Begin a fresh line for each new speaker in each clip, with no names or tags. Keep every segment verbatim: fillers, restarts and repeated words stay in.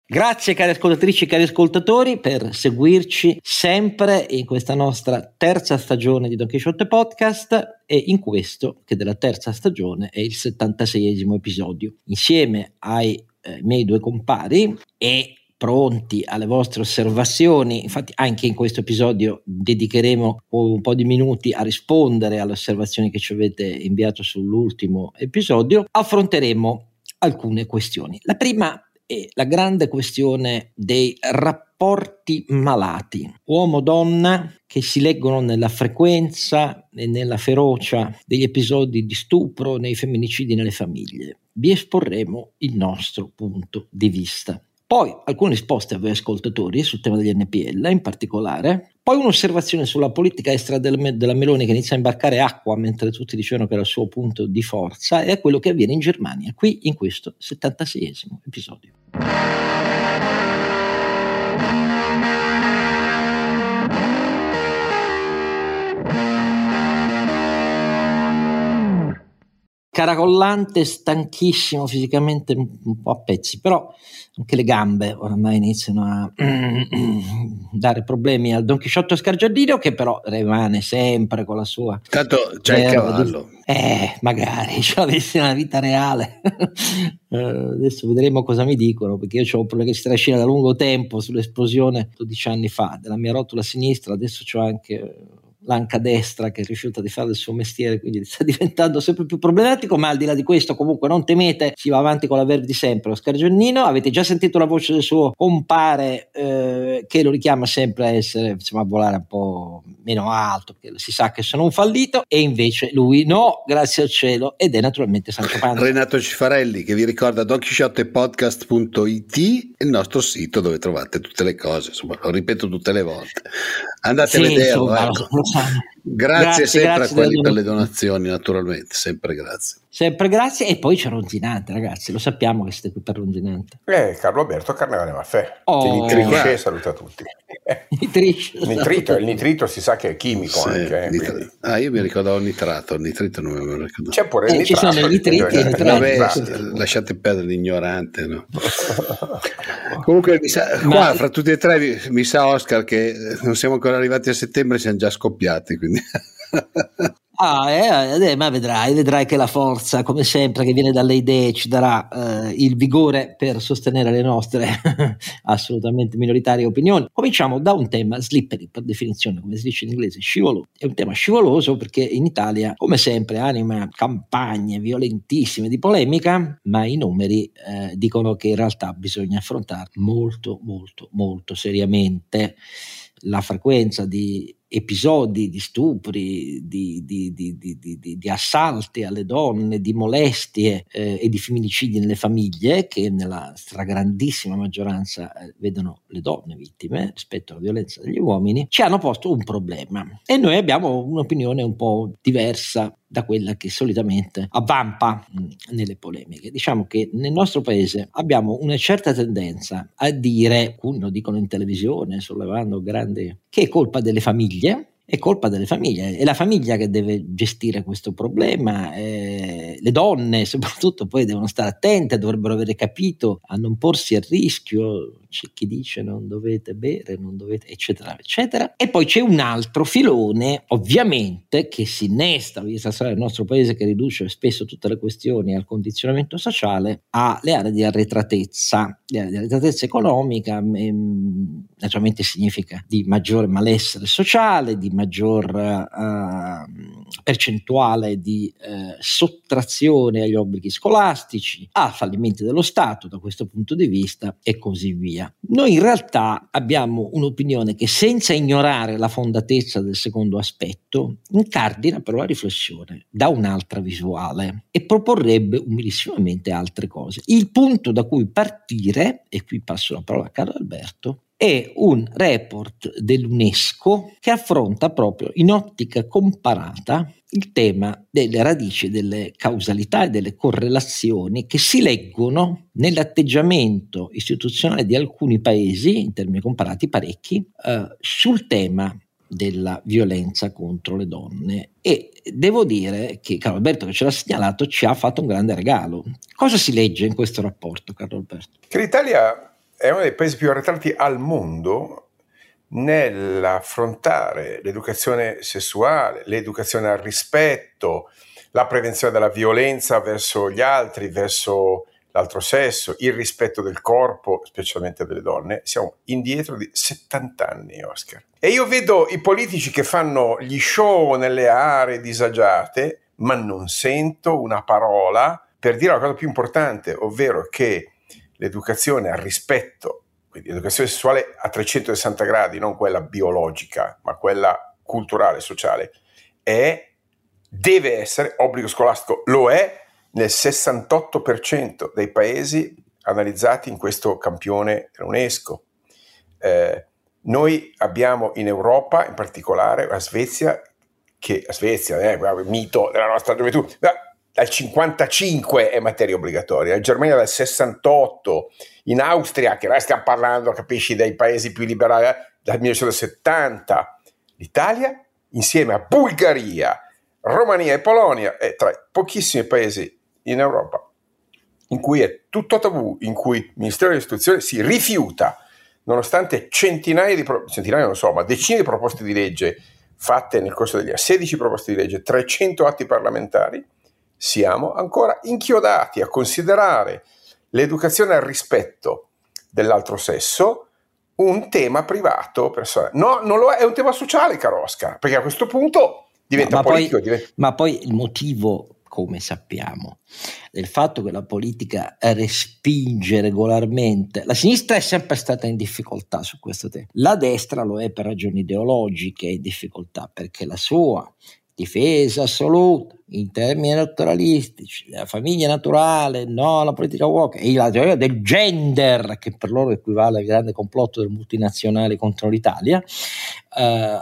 Grazie cari ascoltatrici e cari ascoltatori per seguirci sempre in questa nostra terza stagione di Don Chisciotte Podcast e in questo che della terza stagione è il settantaseiesimo episodio. Insieme ai eh, miei due compari e pronti alle vostre osservazioni, infatti anche in questo episodio dedicheremo un po' di minuti a rispondere alle osservazioni che ci avete inviato sull'ultimo episodio, affronteremo alcune questioni. La prima è la grande questione dei rapporti malati, uomo-donna, che si leggono nella frequenza e nella ferocia degli episodi di stupro, nei femminicidi nelle famiglie. Vi esporremo il nostro punto di vista. Poi alcune risposte a voi ascoltatori sul tema degli N P L in particolare, poi un'osservazione sulla politica estera del, della Meloni che inizia a imbarcare acqua mentre tutti dicevano che era il suo punto di forza, e a quello che avviene in Germania, qui in questo settantaseiesimo episodio. Caracollante, stanchissimo, fisicamente un po' a pezzi, però anche le gambe ormai iniziano a dare problemi al Don Chisciotto Scargiardino, che però rimane sempre con la sua...
Tanto c'è il cavallo.
Di... Eh, magari ce l'avessi nella vita reale. eh, adesso vedremo cosa mi dicono, perché io ho un problema che si trascina da lungo tempo sull'esplosione dodici anni fa della mia rotola sinistra, adesso c'ho anche... l'anca destra che è rifiuta di fare il suo mestiere, quindi sta diventando sempre più problematico, ma al di là di questo comunque non temete, si va avanti con la verve di sempre. Lo Scargiannino, avete già sentito la voce del suo compare eh, che lo richiama sempre a essere, insomma, a volare un po' meno alto, perché si sa che sono un fallito, e invece lui no, grazie al cielo, ed è naturalmente Sancio Panza.
Renato Cifarelli, che vi ricorda don chisciotte podcast punto it, il nostro sito dove trovate tutte le cose, insomma lo ripeto tutte le volte, andate sì, a vederlo, insomma, ecco. Grazie, grazie sempre grazie a quelli per le donazioni, naturalmente, sempre grazie.
Sempre grazie. E poi c'è Ronzinante, ragazzi, lo sappiamo che siete qui per Ronzinante.
Eh, Carlo Alberto Carnevale Maffè,
oh,
che nitrisce, saluta tutti.
Nitrisce,
nitrito, il nitrito si sa che è chimico, sì, anche. Eh,
nitri- ah, io mi ricordavo il nitrato, il nitrito non me lo ricordavo.
C'è pure
eh,
il nitrato.
Ci sono i nitriti e i nitrati.
Vabbè, lasciate perdere l'ignorante, no? Comunque mi sa, qua ma... fra tutti e tre mi sa, Oscar, che non siamo ancora arrivati a settembre, siamo già scoppiati, quindi
Ah, eh, eh, ma vedrai, vedrai che la forza, come sempre, che viene dalle idee ci darà eh, il vigore per sostenere le nostre assolutamente minoritarie opinioni. Cominciamo da un tema slippery, per definizione, come si dice in inglese, scivoloso. È un tema scivoloso perché in Italia, come sempre, anima campagne violentissime di polemica, ma i numeri eh, dicono che in realtà bisogna affrontare molto, molto, molto seriamente la frequenza di episodi di stupri, di, di, di, di, di, di assalti alle donne, di molestie eh, e di femminicidi nelle famiglie, che nella stragrandissima maggioranza eh, vedono le donne vittime rispetto alla violenza degli uomini, ci hanno posto un problema, e noi abbiamo un'opinione un po' diversa da quella che solitamente avvampa mh, nelle polemiche. Diciamo che nel nostro paese abbiamo una certa tendenza a dire, alcuni lo dicono in televisione sollevando grandi, che è colpa delle famiglie, è colpa delle famiglie, è la famiglia che deve gestire questo problema, eh, le donne soprattutto poi devono stare attente, dovrebbero avere capito a non porsi a rischio, c'è chi dice non dovete bere, non dovete eccetera eccetera, e poi c'è un altro filone ovviamente che si innesta, vista il nostro paese che riduce spesso tutte le questioni al condizionamento sociale, alle aree di arretratezza, le aree di arretratezza economica ehm, naturalmente significa di maggiore malessere sociale, di maggior uh, percentuale di uh, sottrazione agli obblighi scolastici, a fallimenti dello Stato da questo punto di vista e così via. Noi in realtà abbiamo un'opinione che, senza ignorare la fondatezza del secondo aspetto, incardina però la riflessione da un'altra visuale e proporrebbe umilissimamente altre cose. Il punto da cui partire, e qui passo la parola a Carlo Alberto, è un report dell'UNESCO che affronta proprio in ottica comparata il tema delle radici, delle causalità e delle correlazioni che si leggono nell'atteggiamento istituzionale di alcuni paesi, in termini comparati parecchi, eh, sul tema della violenza contro le donne. E devo dire che Carlo Alberto, che ce l'ha segnalato, ci ha fatto un grande regalo. Cosa si legge in questo rapporto, Carlo Alberto?
Che l'Italia è uno dei paesi più arretrati al mondo nell'affrontare l'educazione sessuale, l'educazione al rispetto, la prevenzione della violenza verso gli altri, verso l'altro sesso, il rispetto del corpo, specialmente delle donne. Siamo indietro di settanta anni, Oscar. E io vedo i politici che fanno gli show nelle aree disagiate, ma non sento una parola per dire la cosa più importante, ovvero che l'educazione al rispetto, quindi l'educazione sessuale a trecentosessanta gradi, non quella biologica, ma quella culturale, sociale, è, deve essere obbligo scolastico. Lo è nel sessantotto per cento dei paesi analizzati in questo campione dell'UNESCO. Eh, noi abbiamo in Europa, in particolare la Svezia, che la Svezia è eh, il mito della nostra gioventù, dal cinquantacinque è materia obbligatoria, in Germania dal sessantotto, in Austria, che noi stiamo parlando, capisci, dei paesi più liberali, dal millenovecentosettanta. L'Italia, insieme a Bulgaria, Romania e Polonia, è tra i pochissimi paesi in Europa in cui è tutto tabù, in cui il Ministero dell'Istruzione si rifiuta, nonostante centinaia di, pro- centinaia non so, ma decine di proposte di legge fatte nel corso degli anni, sedici proposte di legge, trecento atti parlamentari, siamo ancora inchiodati a considerare l'educazione al rispetto dell'altro sesso un tema privato, personale. No, non lo è, è un tema sociale, caro Oscar, perché a questo punto diventa
ma
politico.
Poi,
diventa...
Ma poi il motivo, come sappiamo, del fatto che la politica respinge regolarmente, la sinistra è sempre stata in difficoltà su questo tema, la destra lo è per ragioni ideologiche, è in difficoltà perché la sua difesa assoluta in termini elettoralistici, la famiglia naturale, no alla politica woke, e la teoria del gender, che per loro equivale al grande complotto delle multinazionali contro l'Italia, eh,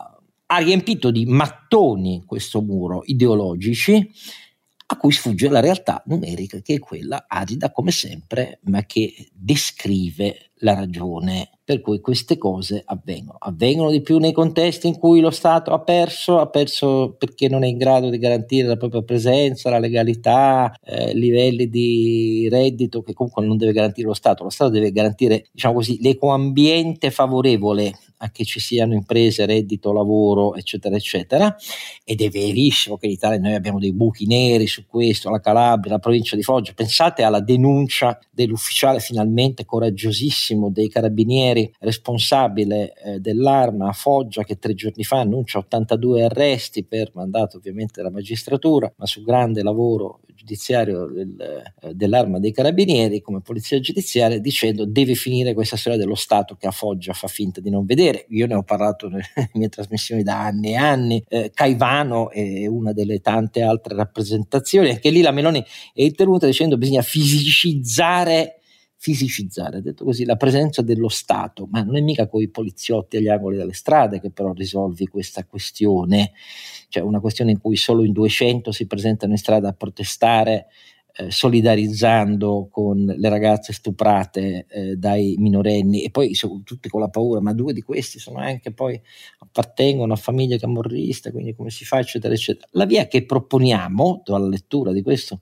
ha riempito di mattoni questo muro ideologici a cui sfugge la realtà numerica, che è quella arida come sempre, ma che descrive la ragione per cui queste cose avvengono. Avvengono di più nei contesti in cui lo Stato ha perso, ha perso perché non è in grado di garantire la propria presenza, la legalità, eh, livelli di reddito che comunque non deve garantire lo Stato. Lo Stato deve garantire, diciamo così, l'ecoambiente favorevole a che ci siano imprese, reddito, lavoro, eccetera, eccetera. Ed è verissimo che in Italia noi abbiamo dei buchi neri su questo, la Calabria, la provincia di Foggia. Pensate alla denuncia dell'ufficiale finalmente coraggiosissimo dei carabinieri responsabile eh, dell'arma a Foggia, che tre giorni fa annuncia ottantadue arresti per mandato ovviamente della magistratura, ma su grande lavoro giudiziario del, eh, dell'arma dei carabinieri come polizia giudiziaria, dicendo deve finire questa storia dello Stato che a Foggia fa finta di non vedere. Io ne ho parlato nelle mie trasmissioni da anni e anni, eh, Caivano è una delle tante altre rappresentazioni, anche lì la Meloni è intervenuta dicendo bisogna fisicizzare fisicizzare, ha detto così, la presenza dello Stato, ma non è mica con i poliziotti agli angoli delle strade che però risolvi questa questione, cioè una questione in cui solo in duecento si presentano in strada a protestare eh, solidarizzando con le ragazze stuprate eh, dai minorenni, e poi sono tutti con la paura, ma due di questi sono anche poi appartengono a famiglie camorriste, quindi come si fa, eccetera eccetera. La via che proponiamo dalla lettura di questo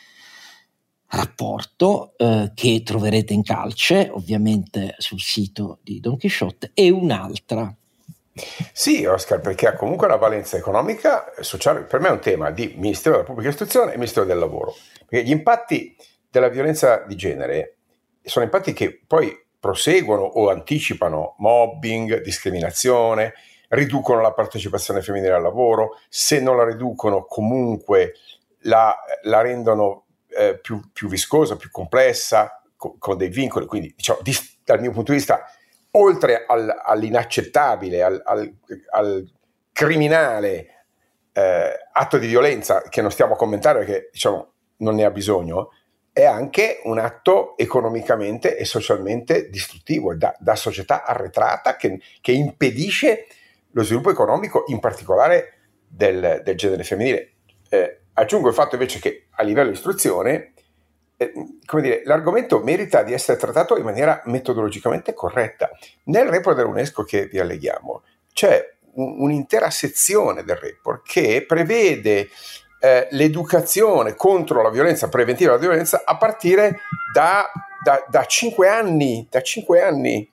rapporto eh, che troverete in calce ovviamente sul sito di Don Chisciotte è un'altra.
Sì, Oscar, perché ha comunque una valenza economica e sociale. Per me è un tema di Ministero della Pubblica Istruzione e Ministero del Lavoro, perché gli impatti della violenza di genere sono impatti che poi proseguono o anticipano mobbing, discriminazione, riducono la partecipazione femminile al lavoro, se non la riducono comunque la, la rendono Eh, più, più viscosa, più complessa, co- con dei vincoli, quindi diciamo, di, dal mio punto di vista, oltre al, all'inaccettabile, al, al, al criminale eh, atto di violenza che non stiamo a commentare perché diciamo non ne ha bisogno, è anche un atto economicamente e socialmente distruttivo da, da società arretrata che, che impedisce lo sviluppo economico, in particolare del, del genere femminile. Eh, Aggiungo il fatto invece che a livello di istruzione, eh, come dire, l'argomento merita di essere trattato in maniera metodologicamente corretta. Nel report dell'UNESCO che vi alleghiamo c'è un, un'intera sezione del report che prevede eh, l'educazione contro la violenza, preventiva della violenza, a partire da da, da cinque anni, da cinque anni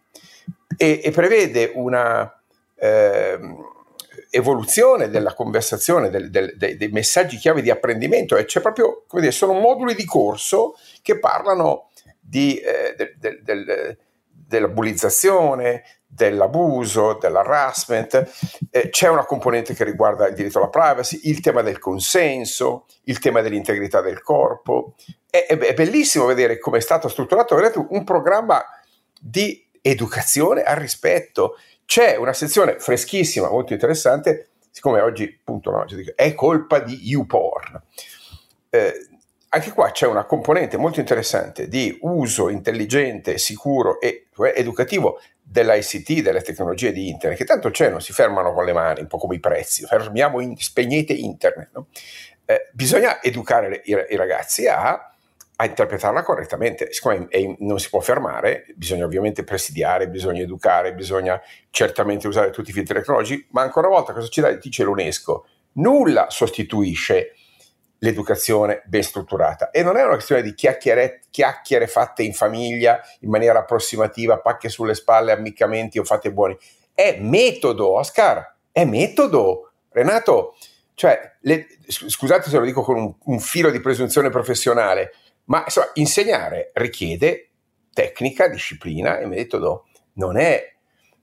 e, e prevede una eh, evoluzione della conversazione, del, del, dei, dei messaggi chiave di apprendimento, e c'è proprio, come dire, sono moduli di corso che parlano di, eh, del, del, del, della bullizzazione, dell'abuso, dell'harassment, eh, c'è una componente che riguarda il diritto alla privacy, il tema del consenso, il tema dell'integrità del corpo. È, è, è bellissimo vedere come è stato strutturato vedete, un programma di educazione al rispetto. C'è una sezione freschissima, molto interessante, siccome oggi appunto no, è colpa di YouPorn. Eh, Anche qua c'è una componente molto interessante di uso intelligente, sicuro e educativo dell'I C T, delle tecnologie di internet, che tanto c'è, non si fermano con le mani, un po' come i prezzi, fermiamo, in, spegnete internet. No? Eh, bisogna educare le, i, i ragazzi a, a interpretarla correttamente, siccome è, è, non si può fermare, bisogna ovviamente presidiare, bisogna educare, bisogna certamente usare tutti i filtri tecnologici, ma ancora una volta cosa ci dice l'UNESCO? Nulla sostituisce l'educazione ben strutturata, e non è una questione di chiacchiere, chiacchiere fatte in famiglia in maniera approssimativa, pacche sulle spalle, ammiccamenti o fate buoni, è metodo, Oscar, è metodo, Renato, cioè le, scusate se lo dico con un, un filo di presunzione professionale, ma insomma, insegnare richiede tecnica, disciplina e metodo, non è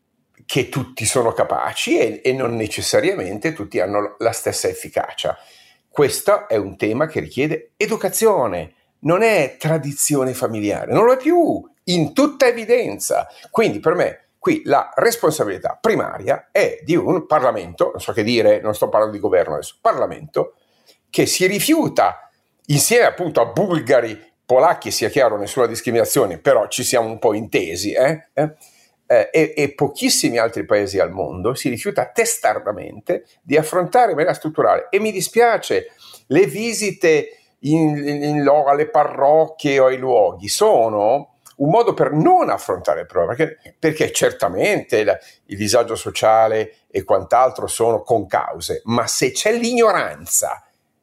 che tutti sono capaci e, e non necessariamente tutti hanno la stessa efficacia. Questo è un tema che richiede educazione, non è tradizione familiare, non lo è più, in tutta evidenza. Quindi per me qui la responsabilità primaria è di un Parlamento, non so che dire, non sto parlando di governo adesso, Parlamento, che si rifiuta, insieme appunto a bulgari, polacchi, sia chiaro, nessuna discriminazione, però ci siamo un po' intesi, eh? Eh? Eh, e, e pochissimi altri paesi al mondo si rifiuta testardamente di affrontare in maniera strutturale, e mi dispiace, le visite in, in, in, alle parrocchie o ai luoghi sono un modo per non affrontare il problema, perché, perché certamente il, il disagio sociale e quant'altro sono concause, ma se c'è l'ignoranza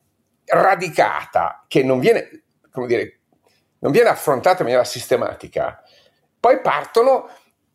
radicata che non viene, come dire, non viene affrontata in maniera sistematica, poi partono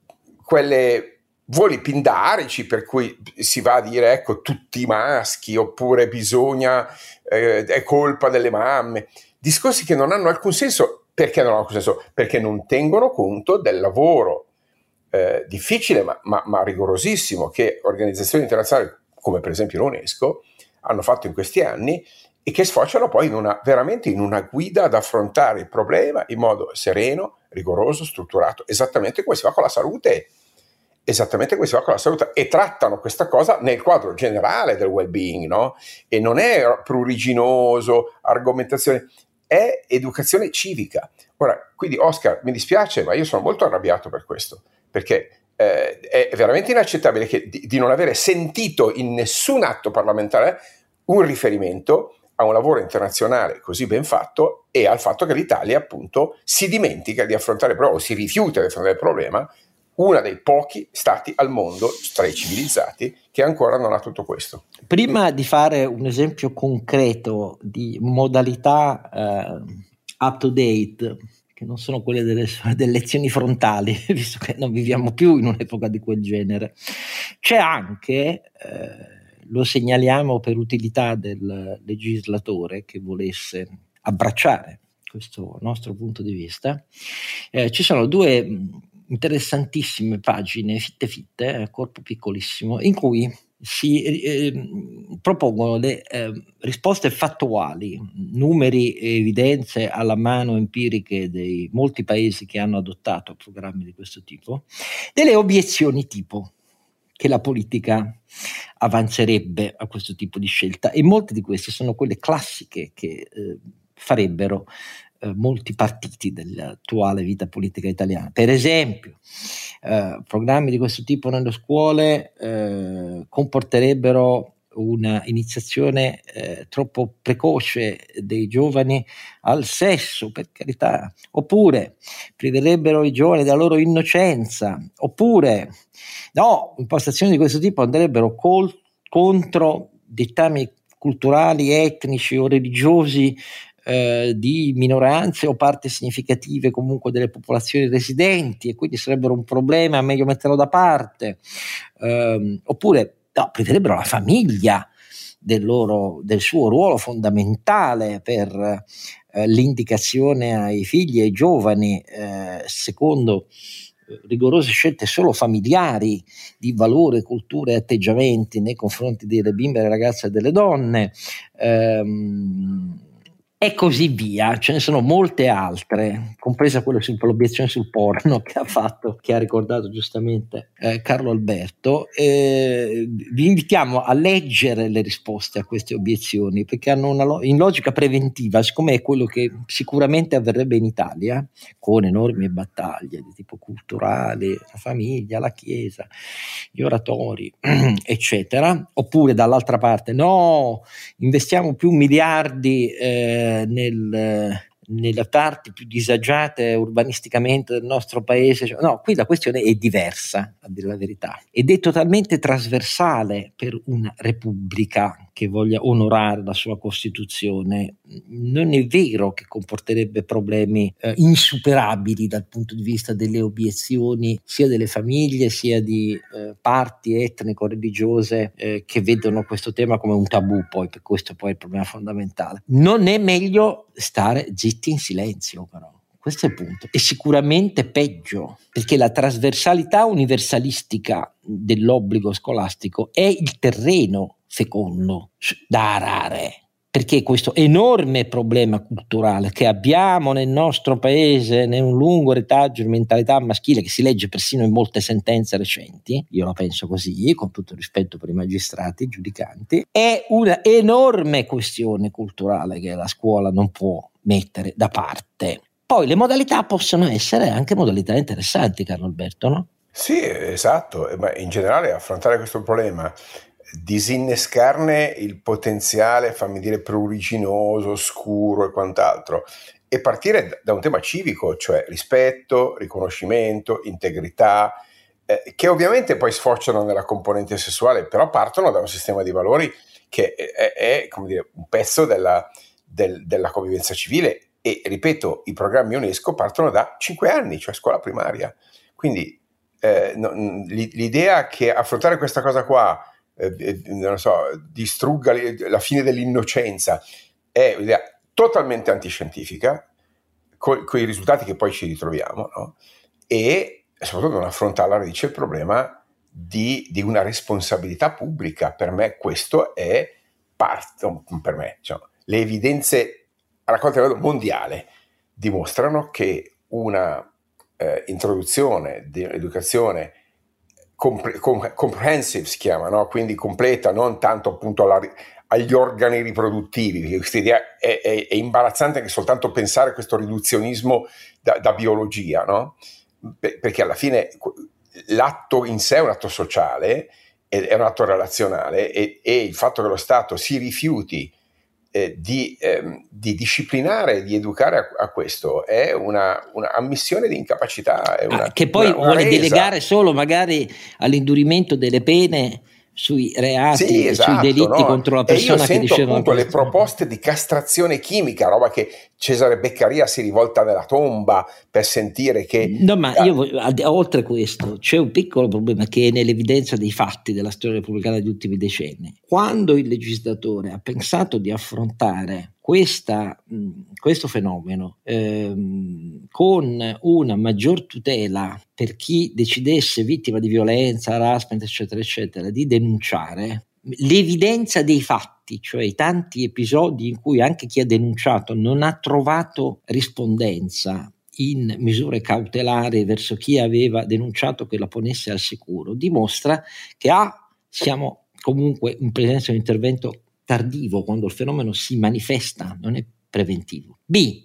quelle voli pindarici per cui si va a dire ecco tutti maschi, oppure bisogna, eh, è colpa delle mamme, discorsi che non hanno alcun senso. Perché non hanno alcun senso? Perché non tengono conto del lavoro eh, difficile ma, ma, ma rigorosissimo che organizzazioni internazionali come per esempio l'UNESCO hanno fatto in questi anni, e che sfociano poi in una, veramente in una guida ad affrontare il problema in modo sereno, rigoroso, strutturato, esattamente come si fa con la salute. Esattamente come si fa con la salute, e trattano questa cosa nel quadro generale del well-being, no? E non è pruriginoso, argomentazione, è educazione civica. Ora, quindi Oscar, mi dispiace, ma io sono molto arrabbiato per questo, perché eh, è veramente inaccettabile che, di, di non avere sentito in nessun atto parlamentare un riferimento a un lavoro internazionale così ben fatto e al fatto che l'Italia appunto si dimentica di affrontare il problema, o si rifiuta di affrontare il problema, uno dei pochi stati al mondo, tra i civilizzati, che ancora non ha tutto questo.
Prima di fare un esempio concreto di modalità eh, up to date, che non sono quelle delle, delle lezioni frontali, visto che non viviamo più in un'epoca di quel genere, c'è anche, eh, lo segnaliamo per utilità del legislatore che volesse abbracciare questo nostro punto di vista, eh, ci sono due interessantissime pagine fitte fitte, corpo piccolissimo, in cui si eh, propongono le eh, risposte fattuali, numeri e evidenze alla mano empiriche dei molti paesi che hanno adottato programmi di questo tipo, delle obiezioni tipo che la politica avanzerebbe a questo tipo di scelta, e molte di queste sono quelle classiche che eh, farebbero Eh, molti partiti dell'attuale vita politica italiana. Per esempio, eh, programmi di questo tipo nelle scuole eh, comporterebbero una iniziazione eh, troppo precoce dei giovani al sesso, per carità, oppure priverebbero i giovani della loro innocenza, oppure no, impostazioni di questo tipo andrebbero col- contro dettami culturali, etnici o religiosi eh, di minoranze o parti significative comunque delle popolazioni residenti, e quindi sarebbero un problema, è meglio metterlo da parte. Eh, oppure no, prevederebbero la famiglia del, loro, del suo ruolo fondamentale per eh, l'indicazione ai figli e ai giovani eh, secondo rigorose scelte solo familiari di valore, cultura e atteggiamenti nei confronti delle bimbe, delle ragazze e delle donne, ehm, e così via. Ce ne sono molte altre, compresa quella sull'obiezione sul porno che ha fatto, che ha ricordato giustamente eh, Carlo Alberto. Eh, vi invitiamo a leggere le risposte a queste obiezioni, perché hanno una lo- in logica preventiva, siccome è quello che sicuramente avverrebbe in Italia, con enormi battaglie di tipo culturale, la famiglia, la chiesa, gli oratori, eccetera. Oppure dall'altra parte, no, investiamo più miliardi eh, nel, nelle parti più disagiate urbanisticamente del nostro paese. No, qui la questione è diversa, a dire la verità, ed è totalmente trasversale per una repubblica che voglia onorare la sua Costituzione. Non è vero che comporterebbe problemi eh, insuperabili dal punto di vista delle obiezioni sia delle famiglie sia di eh, parti etnico-religiose eh, che vedono questo tema come un tabù, poi, per questo poi è il problema fondamentale. Non è meglio stare zitti in silenzio, però. Questo è il punto. È sicuramente peggio, perché la trasversalità universalistica dell'obbligo scolastico è il terreno fecondo da arare, perché questo enorme problema culturale che abbiamo nel nostro paese, in un lungo retaggio di mentalità maschile che si legge persino in molte sentenze recenti, io la penso così, con tutto il rispetto per i magistrati, i giudicanti, è una enorme questione culturale che la scuola non può mettere da parte. Poi le modalità possono essere anche modalità interessanti, Carlo Alberto, no?
Sì, esatto, ma in generale affrontare questo problema, disinnescarne il potenziale, fammi dire, pruriginoso, scuro e quant'altro, e partire da un tema civico, cioè rispetto, riconoscimento, integrità, eh, che ovviamente poi sfociano nella componente sessuale, però partono da un sistema di valori che è, è come dire, un pezzo della, del, della convivenza civile. E ripeto, i programmi UNESCO partono da cinque anni, cioè scuola primaria. Quindi eh, no, l'idea che affrontare questa cosa qua, eh, non so, distrugga la fine dell'innocenza, è un'idea totalmente antiscientifica, con i risultati che poi ci ritroviamo, no? E soprattutto non affrontare alla radice il problema di, di una responsabilità pubblica. Per me questo è parte, per me, diciamo, le evidenze raccolte a livello mondiale dimostrano che una eh, introduzione di un'educazione compre- com- comprehensive si chiama, no? Quindi completa, non tanto appunto alla, agli organi riproduttivi, perché questa idea è, è, è imbarazzante anche soltanto pensare a questo riduzionismo da, da biologia, no? P- perché alla fine l'atto in sé è un atto sociale, è un atto relazionale, e, e il fatto che lo Stato si rifiuti Eh, di, ehm, di disciplinare, di educare a, a questo è una, una ammissione di incapacità, è una,
ah, che poi
una, una
vuole
resa.
delegare solo magari all'indurimento delle pene sui reati,
sì, esatto,
sui delitti
no?
contro la persona.
E io
che
sento appunto le proposte di castrazione chimica, roba che Cesare Beccaria si rivolta nella tomba per sentire che...
No, ma io voglio, oltre questo c'è un piccolo problema che è nell'evidenza dei fatti della storia repubblicana degli ultimi decenni. Quando il legislatore ha pensato di affrontare questa, mh, questo fenomeno ehm, con una maggior tutela per chi decidesse, vittima di violenza, harassment, eccetera, eccetera, di denunciare, l'evidenza dei fatti, cioè i tanti episodi in cui anche chi ha denunciato non ha trovato rispondenza in misure cautelari verso chi aveva denunciato che la ponesse al sicuro, dimostra che A, siamo comunque in presenza di un intervento tardivo quando il fenomeno si manifesta, non è preventivo. B,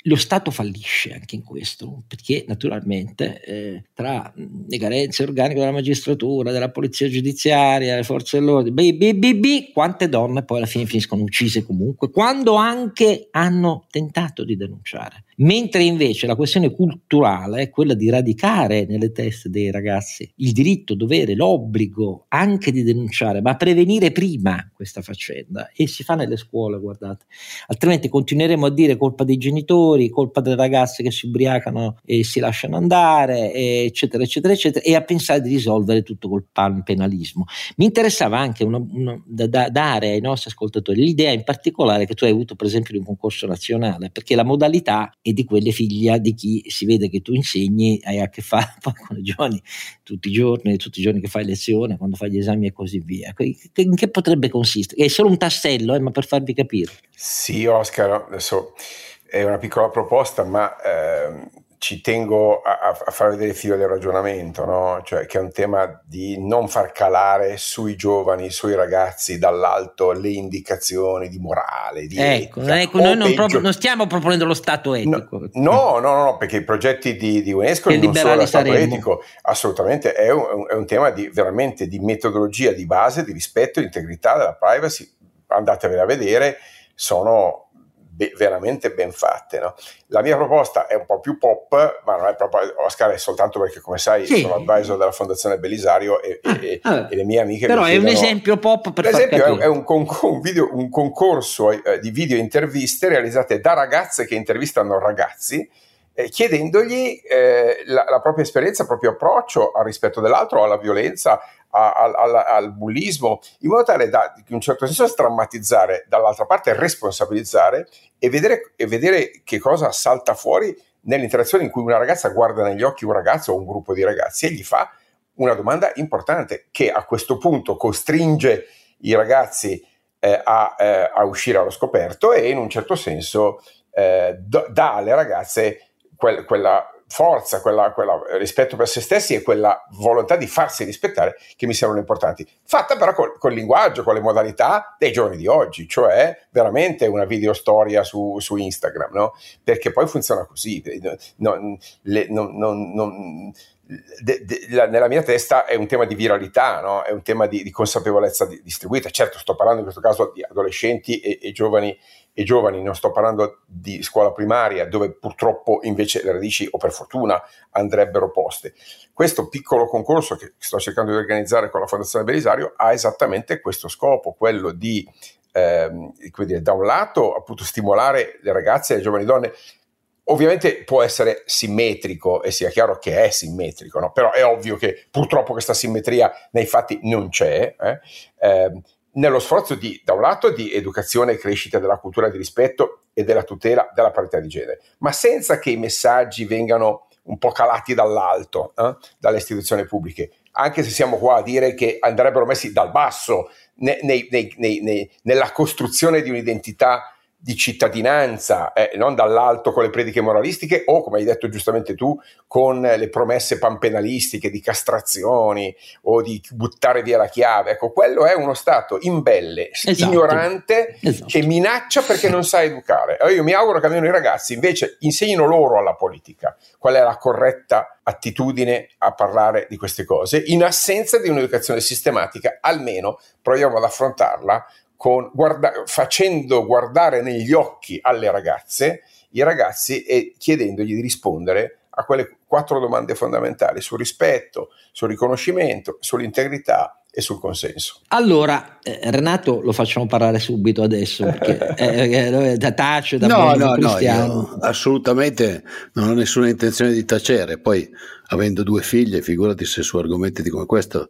lo Stato fallisce anche in questo, perché naturalmente eh, tra le carenze organiche della magistratura, della polizia giudiziaria, delle forze dell'ordine, bi, bi, bi, bi, quante donne poi alla fine finiscono uccise comunque, quando anche hanno tentato di denunciare. Mentre invece la questione culturale è quella di radicare nelle teste dei ragazzi il diritto, dovere, l'obbligo anche di denunciare, ma prevenire prima questa faccenda, e si fa nelle scuole, guardate, altrimenti continueremo a dire colpa dei genitori, colpa delle ragazze che si ubriacano e si lasciano andare, eccetera eccetera eccetera, e a pensare di risolvere tutto col penalismo. Mi interessava anche una, una, da, da dare ai nostri ascoltatori l'idea in particolare che tu hai avuto per esempio di un concorso nazionale, perché la modalità è di quelle figlia di chi si vede che tu insegni, hai a che fare poi con i giovani tutti i giorni, tutti i giorni che fai lezione, quando fai gli esami e così via. In che potrebbe consistere? È solo un tassello, eh, ma per farvi capire.
Sì, Oscar, adesso è una piccola proposta, ma eh, ci tengo a, a far vedere il filo del ragionamento, no? Cioè che è un tema di non far calare sui giovani, sui ragazzi dall'alto le indicazioni di morale, di
ecco,
etica,
ecco noi non,
peggio...
proprio, non stiamo proponendo lo stato etico.
No, no, no, no, perché i progetti di, di UNESCO
che
non sono lo stato
saremmo.
etico, assolutamente è un, è un tema di, veramente di metodologia di base, di rispetto, di integrità della privacy. Andatevele a vedere, sono be- veramente ben fatte, no? La mia proposta è un po' più pop, ma non è proprio, Oscar, è soltanto perché, come sai, sì. sono advisor della Fondazione Belisario e,
ah,
e,
ah,
e le mie amiche
però
mi
è
chiedono,
un esempio pop per,
per esempio
far
è, è un, con- un, video, un concorso eh, di video interviste realizzate da ragazze che intervistano ragazzi, eh, chiedendogli eh, la, la propria esperienza, il proprio approccio al rispetto dell'altro, alla violenza, a, a, al, al bullismo, in modo tale da in un certo senso strammatizzare, dall'altra parte responsabilizzare e vedere, e vedere che cosa salta fuori nell'interazione in cui una ragazza guarda negli occhi un ragazzo o un gruppo di ragazzi e gli fa una domanda importante che a questo punto costringe i ragazzi eh, a, eh, a uscire allo scoperto e in un certo senso eh, dà alle ragazze quel, quella forza, quella, quella rispetto per se stessi e quella volontà di farsi rispettare che mi sembrano importanti, fatta però col, col linguaggio, con le modalità dei giorni di oggi, cioè veramente una videostoria su, su Instagram, no? Perché poi funziona così, non, le, non, non, non De, de, la, nella mia testa è un tema di viralità, no? È un tema di, di consapevolezza di, distribuita. Certo, sto parlando in questo caso di adolescenti e, e giovani e giovani, non sto parlando di scuola primaria, dove purtroppo invece le radici, o per fortuna, andrebbero poste. Questo piccolo concorso che sto cercando di organizzare con la Fondazione Belisario ha esattamente questo scopo, quello di ehm, come dire, da un lato appunto stimolare le ragazze e le giovani donne. Ovviamente può essere simmetrico e sia chiaro che è simmetrico, no? Però è ovvio che purtroppo questa simmetria nei fatti non c'è, eh? Eh, nello sforzo di, da un lato, di educazione e crescita della cultura di rispetto e della tutela della parità di genere, ma senza che i messaggi vengano un po' calati dall'alto, eh? dalle istituzioni pubbliche, anche se siamo qua a dire che andrebbero messi dal basso nei, nei, nei, nei, nella costruzione di un'identità di cittadinanza, eh, non dall'alto con le prediche moralistiche o, come hai detto giustamente tu, con le promesse panpenalistiche di castrazioni o di buttare via la chiave. Ecco, quello è uno Stato imbelle, esatto. ignorante, esatto. che minaccia perché non sa educare. Allora io mi auguro che almeno i ragazzi invece insegnino loro alla politica qual è la corretta attitudine a parlare di queste cose, in assenza di un'educazione sistematica. Almeno proviamo ad affrontarla Con, guarda, facendo guardare negli occhi alle ragazze i ragazzi e chiedendogli di rispondere a quelle quattro domande fondamentali sul rispetto, sul riconoscimento, sull'integrità e sul consenso.
Allora, eh, Renato lo facciamo parlare subito adesso perché eh, eh, tace da
no, no,
no,
io assolutamente non ho nessuna intenzione di tacere, poi avendo due figlie, figurati se su argomenti come questo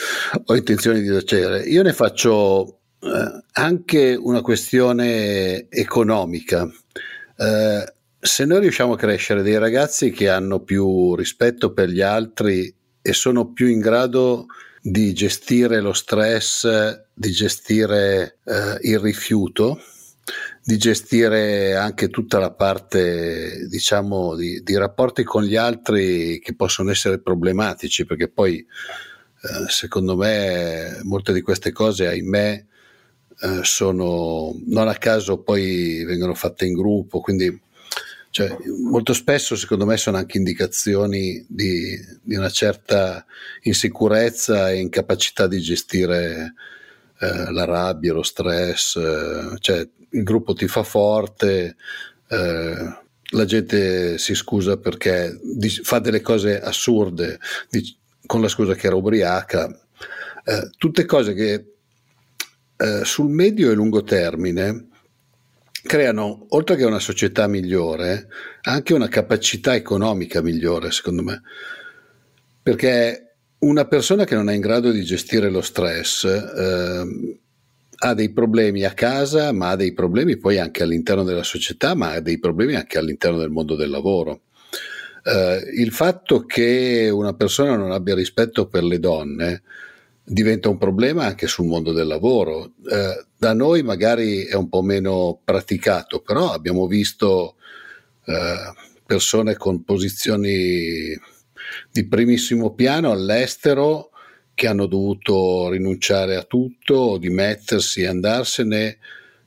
ho intenzione di tacere. Io ne faccio Eh, anche una questione economica. Eh, se noi riusciamo a crescere dei ragazzi che hanno più rispetto per gli altri e sono più in grado di gestire lo stress, di gestire eh, il rifiuto, di gestire anche tutta la parte, diciamo, di, di rapporti con gli altri che possono essere problematici, perché poi eh, secondo me molte di queste cose, ahimè, Uh, sono non a caso poi vengono fatte in gruppo, quindi Cioè, molto spesso secondo me sono anche indicazioni di, di una certa insicurezza e incapacità di gestire eh, la rabbia, lo stress, eh, cioè il gruppo ti fa forte, eh, la gente si scusa perché di, fa delle cose assurde di, con la scusa che era ubriaca, eh, tutte cose che eh, sul medio e lungo termine creano, oltre che una società migliore, anche una capacità economica migliore, secondo me, perché una persona che non è in grado di gestire lo stress eh, ha dei problemi a casa, ma ha dei problemi poi anche all'interno della società, ma ha dei problemi anche all'interno del mondo del lavoro. Eh, il fatto che una persona non abbia rispetto per le donne diventa un problema anche sul mondo del lavoro. Eh, da noi magari è un po' meno praticato, però abbiamo visto eh, persone con posizioni di primissimo piano all'estero che hanno dovuto rinunciare a tutto, dimettersi e andarsene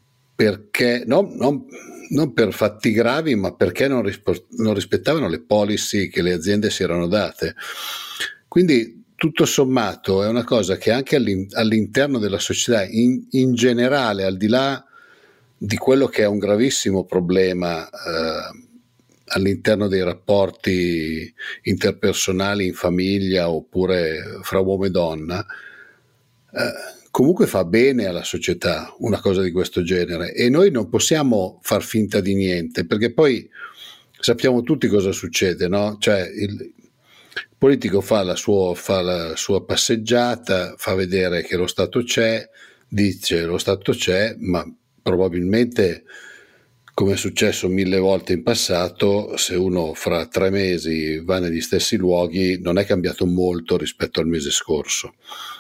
perché no, non, non per fatti gravi, ma perché non, rispo- non rispettavano le policy che le aziende si erano date. Quindi tutto sommato è una cosa che anche all'interno della società in, in generale, al di là di quello che è un gravissimo problema eh, all'interno dei rapporti interpersonali in famiglia oppure fra uomo e donna, eh, comunque fa bene alla società una cosa di questo genere, e noi non possiamo far finta di niente, perché poi sappiamo tutti cosa succede, no? Cioè il Il politico fa la, sua, fa la sua passeggiata, fa vedere che lo Stato c'è, dice lo Stato c'è, ma probabilmente, come è successo mille volte in passato, se uno fra tre mesi va negli stessi luoghi non è cambiato molto rispetto al mese scorso.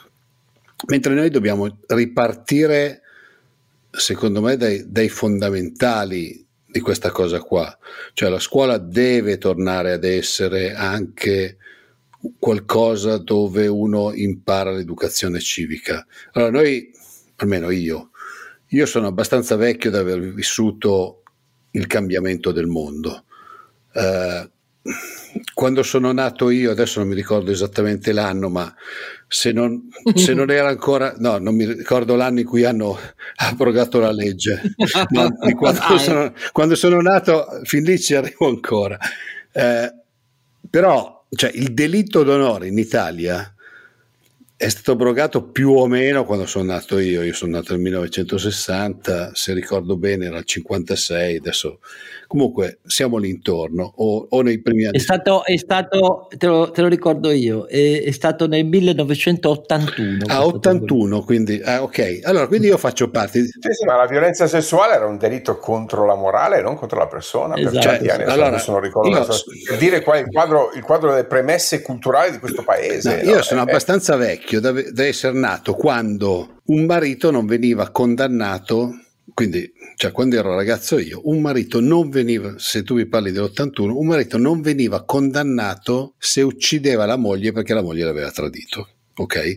Mentre noi dobbiamo ripartire, secondo me, dai, dai fondamentali di questa cosa qua. Cioè la scuola deve tornare ad essere anche qualcosa dove uno impara l'educazione civica. Allora noi, almeno io, io sono abbastanza vecchio da aver vissuto il cambiamento del mondo. Eh, quando sono nato io, adesso non mi ricordo esattamente l'anno, ma se non, se non era ancora, no, non mi ricordo l'anno in cui hanno abrogato la legge, no, di quando, sono, quando sono nato, fin lì ci arrivo ancora. Eh, però, cioè, il delitto d'onore in Italia è stato abrogato più o meno quando sono nato io. Io sono nato nel millenovecentosessanta, se ricordo bene era il cinquantasei, adesso comunque siamo lì intorno, o, o nei primi anni.
È stato, è stato te, lo, te lo ricordo io, è, è stato nel millenovecentottantuno.
Ah, ottantuno, quindi, ah, ok. Allora, quindi io faccio parte. Di...
Sì, sì, ma la violenza sessuale era un delitto contro la morale e non contro la persona.
Esatto.
Per tanti anni,
allora,
adesso non ricordo.
io...
So, dire qua il quadro, il quadro delle premesse culturali di questo paese.
No, io
no?
sono
è,
abbastanza è... vecchio da, da essere nato quando un marito non veniva condannato, quindi, cioè quando ero ragazzo io, un marito non veniva, se tu mi parli dell'ottantuno, un marito non veniva condannato se uccideva la moglie perché la moglie l'aveva tradito, ok?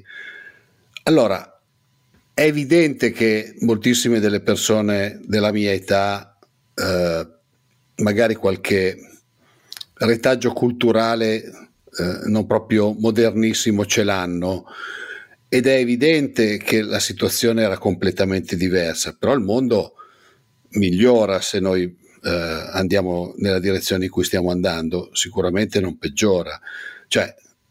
Allora, è evidente che moltissime delle persone della mia età, eh, magari qualche retaggio culturale eh, non proprio modernissimo ce l'hanno, ed è evidente che la situazione era completamente diversa, però il mondo migliora se noi eh, andiamo nella direzione in cui stiamo andando, sicuramente non peggiora. Cioè,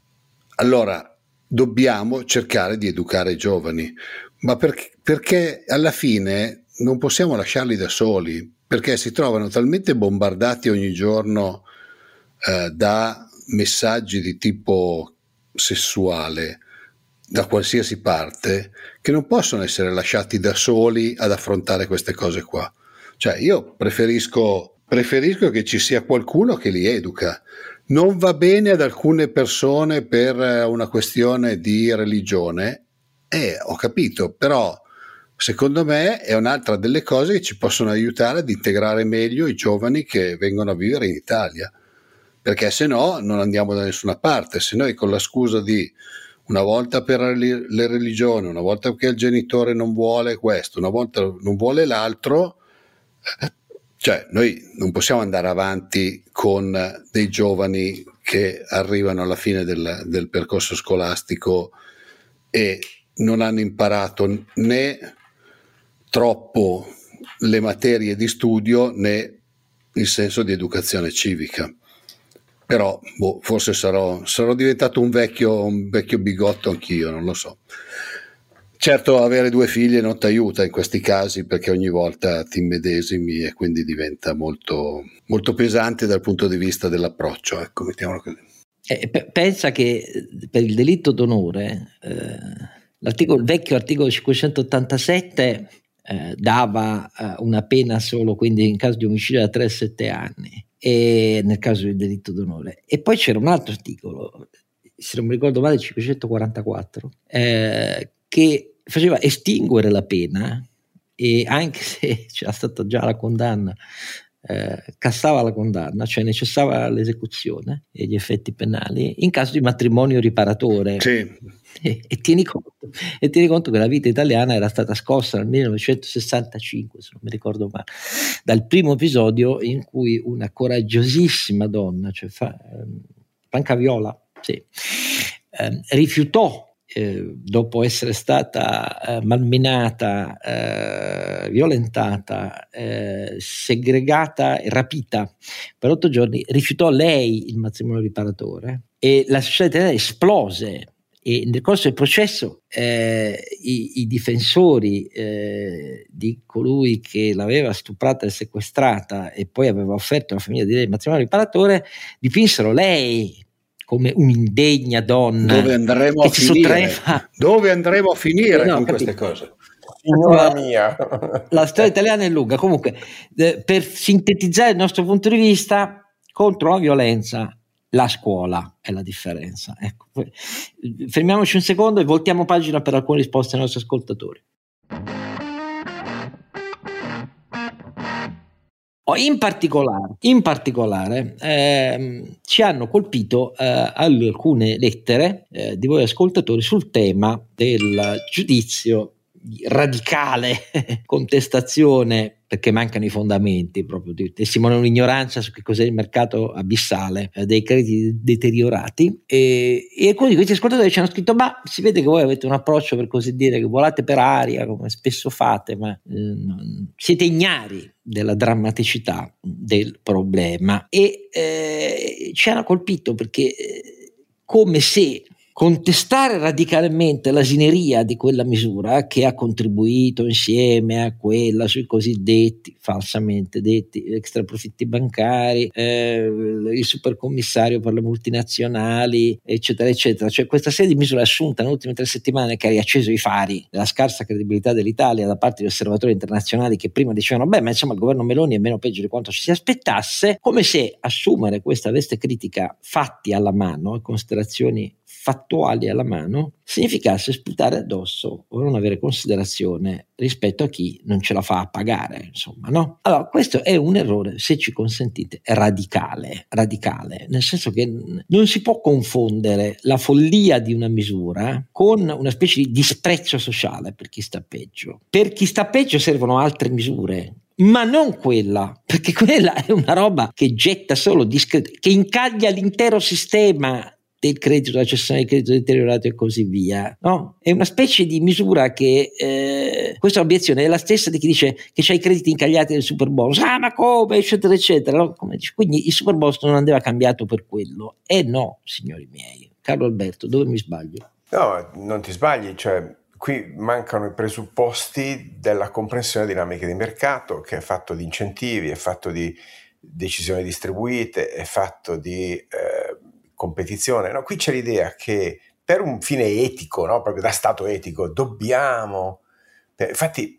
allora dobbiamo cercare di educare i giovani, ma perché, perché alla fine non possiamo lasciarli da soli, perché si trovano talmente bombardati ogni giorno eh, da messaggi di tipo sessuale da qualsiasi parte, che non possono essere lasciati da soli ad affrontare queste cose qua. Cioè io preferisco, preferisco che ci sia qualcuno che li educa. Non va bene ad alcune persone per una questione di religione, eh, ho capito, però secondo me è un'altra delle cose che ci possono aiutare ad integrare meglio i giovani che vengono a vivere in Italia, perché se no non andiamo da nessuna parte. Se noi con la scusa di una volta per le religioni, una volta che il genitore non vuole questo, una volta non vuole l'altro, Cioè, noi non possiamo andare avanti con dei giovani che arrivano alla fine del, del percorso scolastico e non hanno imparato né troppo le materie di studio né il senso di educazione civica. Però boh, forse sarò, sarò diventato un vecchio, un vecchio bigotto anch'io, non lo so. Certo, avere due figlie non ti aiuta in questi casi, perché ogni volta ti immedesimi e quindi diventa molto, molto pesante dal punto di vista dell'approccio, ecco, mettiamolo così.
Eh, p- pensa che per il delitto d'onore eh, l'articolo, il vecchio articolo cinquecentottantasette eh, dava eh, una pena solo, quindi in caso di omicidio, da tre a sette anni, e nel caso del delitto d'onore. E poi c'era un altro articolo, se non mi ricordo male, cinquecentoquarantaquattro, eh, che faceva estinguere la pena, e anche se c'era stata già la condanna, eh, cassava la condanna, cioè necessava l'esecuzione e gli effetti penali in caso di matrimonio riparatore.
Sì.
E, e, tieni conto, e tieni conto che la vita italiana era stata scossa nel millenovecentosessantacinque, se non mi ricordo male, dal primo episodio in cui una coraggiosissima donna, cioè fa, Franca Viola, sì, eh, rifiutò, Eh, dopo essere stata eh, malmenata, eh, violentata, eh, segregata e rapita per otto giorni, rifiutò lei il matrimonio riparatore e la società italiana esplose. E nel corso del processo eh, i, i difensori eh, di colui che l'aveva stuprata e sequestrata e poi aveva offerto alla famiglia di lei il matrimonio riparatore dipinsero lei come un'indegna donna.
Dove andremo a finire?
Sottraeva...
Dove andremo a finire
no,
con
capito.
queste cose?
Signora mia.
La storia italiana è lunga. Comunque, eh, per sintetizzare il nostro punto di vista, contro la violenza, la scuola è la differenza. Ecco. Fermiamoci un secondo e voltiamo pagina per alcune risposte ai nostri ascoltatori. Oh, in particolare, in particolare ehm, ci hanno colpito eh, alcune lettere eh, di voi ascoltatori sul tema del giudizio di radicale contestazione, perché mancano i fondamenti, proprio di testimoniano un'ignoranza su che cos'è il mercato abissale eh, dei crediti deteriorati, e, e alcuni di questi ascoltatori ci hanno scritto: ma si vede che voi avete un approccio, per così dire, che volate per aria come spesso fate, ma eh, non, siete ignari della drammaticità del problema. E eh, ci hanno colpito perché eh, come se contestare radicalmente l'asineria di quella misura, che ha contribuito insieme a quella sui cosiddetti, falsamente detti, extraprofitti bancari, eh, il supercommissario per le multinazionali, eccetera eccetera, cioè questa serie di misure assunte nelle ultime tre settimane, che ha riacceso i fari della scarsa credibilità dell'Italia da parte di osservatori internazionali che prima dicevano: beh, ma insomma il governo Meloni è meno peggio di quanto ci si aspettasse, come se assumere questa veste critica, fatti alla mano e considerazioni fattuali alla mano, significasse sputare addosso o non avere considerazione rispetto a chi non ce la fa a pagare, insomma, no? Allora, questo è un errore, se ci consentite, radicale, radicale, nel senso che non si può confondere la follia di una misura con una specie di disprezzo sociale per chi sta peggio. Per chi sta peggio servono altre misure, ma non quella, perché quella è una roba che getta solo discreto, che incaglia l'intero sistema del credito, la cessione del credito deteriorato e così via, no? È una specie di misura che eh, questa obiezione è la stessa di chi dice che c'ha i crediti incagliati del superbonus, ah ma come, eccetera eccetera, no? Come dice, quindi il superbonus non andava cambiato per quello. E eh no, signori miei. Carlo Alberto, dove mi sbaglio?
No, non ti sbagli, cioè qui mancano i presupposti della comprensione dinamiche di mercato, che è fatto di incentivi, è fatto di decisioni distribuite, è fatto di eh, competizione. No, qui c'è l'idea che per un fine etico, no, proprio da stato etico, dobbiamo... Per, infatti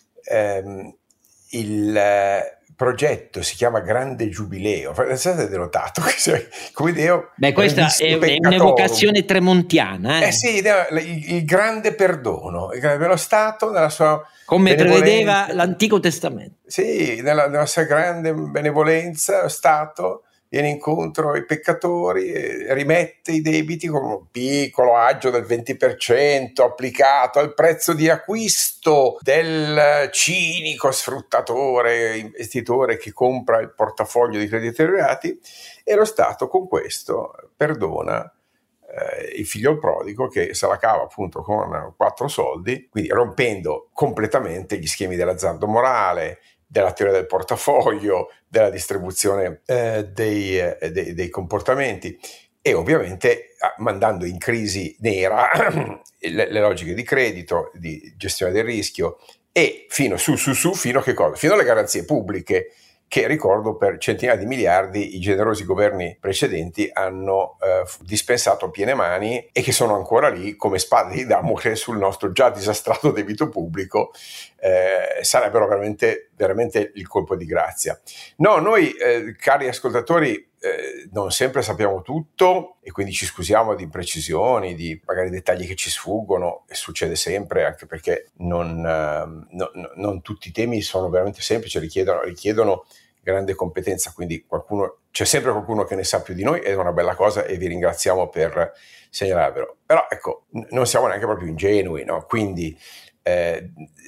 ehm, il eh, progetto si chiama Grande Giubileo, non so se avete notato, come idea.
Beh, questa è, è un'evocazione tremontiana. Eh,
eh sì, il, il grande perdono, il grande, lo Stato nella sua...
come prevedeva l'Antico Testamento.
Sì, nella, nella sua grande benevolenza, lo Stato viene incontro ai peccatori e rimette i debiti con un piccolo aggio del venti per cento applicato al prezzo di acquisto del cinico sfruttatore, investitore che compra il portafoglio di crediti deteriorati, e lo Stato con questo perdona eh, il figlio prodigo che se la cava appunto con quattro soldi, quindi rompendo completamente gli schemi dell'azzardo morale, della teoria del portafoglio, della distribuzione eh, dei, eh, dei, dei comportamenti, e ovviamente mandando in crisi nera le, le logiche di credito, di gestione del rischio, e fino su su su fino a che cosa? Fino alle garanzie pubbliche, che ricordo per centinaia di miliardi i generosi governi precedenti hanno eh, dispensato a piene mani, e che sono ancora lì come spade di Damocle sul nostro già disastrato debito pubblico. Eh, sarebbero veramente, veramente il colpo di grazia. No, noi eh, cari ascoltatori eh, non sempre sappiamo tutto, e quindi ci scusiamo di imprecisioni, di magari dettagli che ci sfuggono, e succede sempre, anche perché non, eh, no, no, non tutti i temi sono veramente semplici, richiedono, richiedono grande competenza, quindi qualcuno, c'è sempre qualcuno che ne sa più di noi, ed è una bella cosa, e vi ringraziamo per segnalarvelo. Però ecco, n- non siamo neanche proprio ingenui, no? Quindi eh,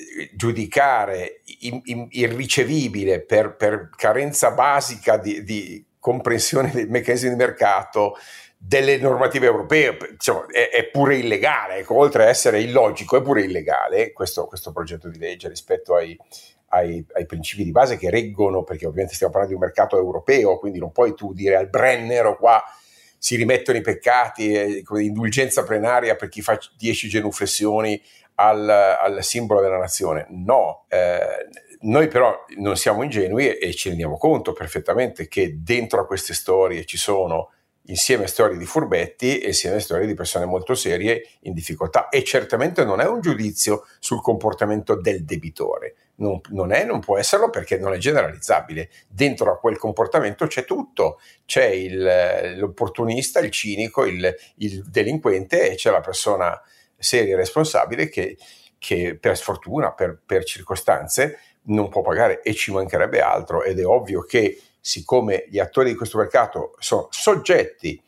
giudicare in, in, irricevibile per, per carenza basica di, di comprensione dei meccanismi di mercato, delle normative europee, diciamo, è, è pure illegale. Ecco, oltre a essere illogico, è pure illegale questo, questo progetto di legge rispetto ai Ai, ai principi di base che reggono, perché ovviamente stiamo parlando di un mercato europeo, quindi non puoi tu dire al Brennero qua si rimettono i peccati, eh, indulgenza plenaria per chi fa dieci genuflessioni al, al simbolo della nazione. No, eh, noi però non siamo ingenui, e, e ci rendiamo conto perfettamente che dentro a queste storie ci sono insieme storie di furbetti e insieme storie di persone molto serie in difficoltà, e certamente non è un giudizio sul comportamento del debitore. Non, non è, non può esserlo, perché non è generalizzabile. Dentro a quel comportamento c'è tutto, c'è il, l'opportunista, il cinico, il, il delinquente, e c'è la persona seria e responsabile che, che per sfortuna, per, per circostanze, non può pagare, e ci mancherebbe altro. Ed è ovvio che, siccome gli attori di questo mercato sono soggetti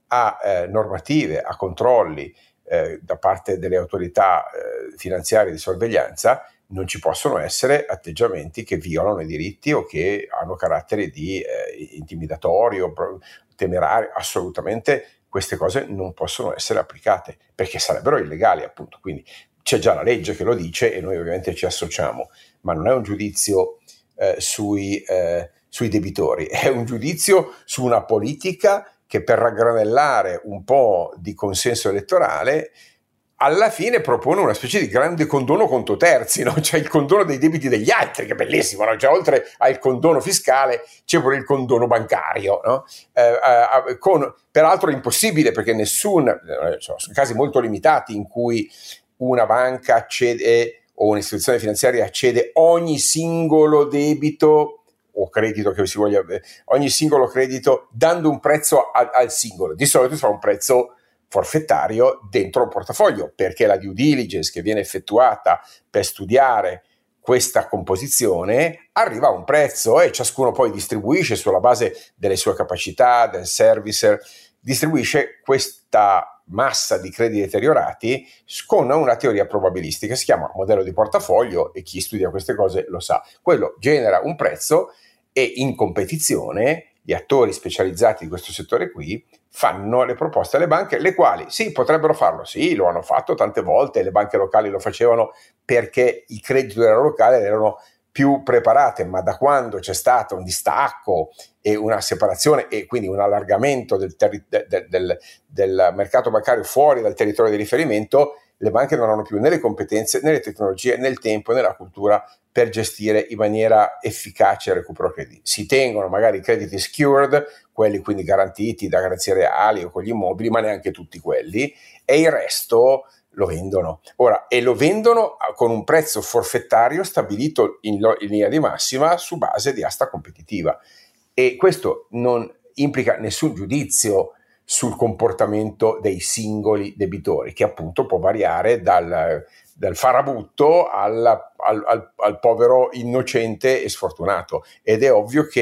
a eh, normative, a controlli eh, da parte delle autorità eh, finanziarie di sorveglianza, non ci possono essere atteggiamenti che violano i diritti o che hanno carattere di eh, intimidatorio, temerario. Assolutamente queste cose non possono essere applicate, perché sarebbero illegali, appunto. Quindi c'è già la legge che lo dice, e noi ovviamente ci associamo, ma non è un giudizio eh, sui, eh, sui debitori, è un giudizio su una politica che, per raggranellare un po' di consenso elettorale, alla fine propone una specie di grande condono conto terzi, no? Cioè il condono dei debiti degli altri, che è bellissimo, no? Cioè, oltre al condono fiscale c'è pure il condono bancario, no? Eh, eh, con, peraltro è impossibile, perché nessun, eh, sono casi molto limitati in cui una banca cede, o un'istituzione finanziaria cede ogni singolo debito o credito che si voglia, ogni singolo credito, dando un prezzo a, al singolo. Di solito si fa un prezzo forfettario dentro un portafoglio, perché la due diligence che viene effettuata per studiare questa composizione arriva a un prezzo, e ciascuno poi distribuisce sulla base delle sue capacità, del servicer, distribuisce questa massa di crediti deteriorati con una teoria probabilistica, si chiama modello di portafoglio, e chi studia queste cose lo sa. Quello genera un prezzo, e in competizione gli attori specializzati di questo settore qui fanno le proposte alle banche, le quali sì, potrebbero farlo, sì, lo hanno fatto tante volte, le banche locali lo facevano perché i crediti della locale erano più preparate, ma da quando c'è stato un distacco e una separazione, e quindi un allargamento del, terri- del, del, del mercato bancario fuori dal territorio di riferimento, le banche non hanno più né le competenze, né le tecnologie, né il tempo, né la cultura per gestire in maniera efficace il recupero crediti. Si tengono magari i crediti secured, quelli quindi garantiti da garanzie reali o con gli immobili, ma neanche tutti quelli, e il resto lo vendono. Ora, e lo vendono con un prezzo forfettario stabilito in, in linea di massima su base di asta competitiva. E questo non implica nessun giudizio sul comportamento dei singoli debitori, che appunto può variare dal, dal farabutto al, al, al, al povero innocente e sfortunato. Ed è ovvio che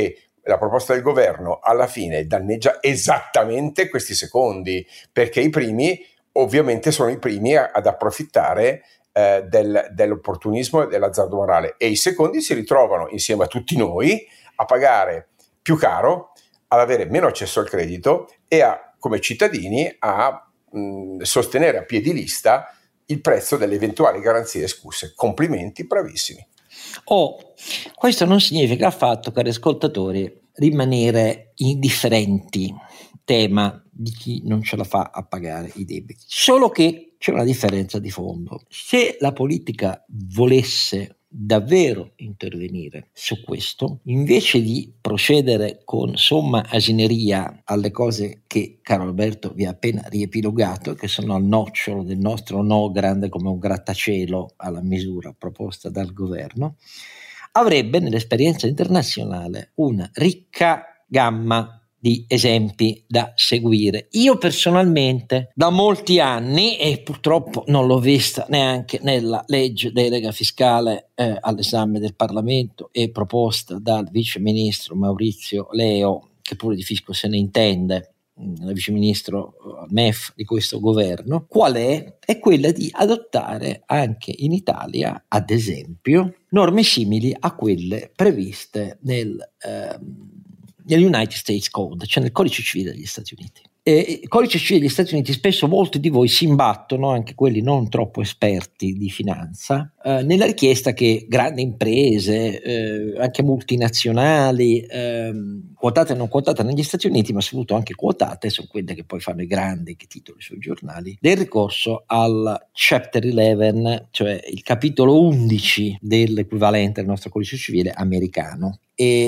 la proposta del governo alla fine danneggia esattamente questi secondi, perché i primi ovviamente sono i primi a, ad approfittare eh, del, dell'opportunismo e dell'azzardo morale, e i secondi si ritrovano insieme a tutti noi a pagare più caro, ad avere meno accesso al credito e a, come cittadini, a mh, sostenere a piedi lista il prezzo delle eventuali garanzie escusse. Complimenti, bravissimi.
Oh, questo non significa affatto, cari ascoltatori, rimanere indifferenti, tema di chi non ce la fa a pagare i debiti. Solo che c'è una differenza di fondo. Se la politica volesse davvero intervenire su questo, invece di procedere con somma asineria alle cose che caro Alberto vi ha appena riepilogato, che sono al nocciolo del nostro no grande come un grattacielo alla misura proposta dal governo, avrebbe nell'esperienza internazionale una ricca gamma di esempi da seguire. Io personalmente da molti anni, e purtroppo non l'ho vista neanche nella legge delega fiscale eh, all'esame del Parlamento e proposta dal vice ministro Maurizio Leo, che pure di fisco se ne intende, il vice ministro M E F di questo governo, qual è? È quella di adottare anche in Italia, ad esempio, norme simili a quelle previste nel ehm, nell'United States Code, cioè nel codice civile degli Stati Uniti. E il codice civile degli Stati Uniti, spesso molti di voi si imbattono, anche quelli non troppo esperti di finanza, eh, nella richiesta che grandi imprese, eh, anche multinazionali, eh, quotate e non quotate negli Stati Uniti, ma soprattutto anche quotate, sono quelle che poi fanno i grandi titoli sui giornali, del ricorso al Chapter undici, cioè il capitolo undici dell'equivalente del nostro codice civile americano.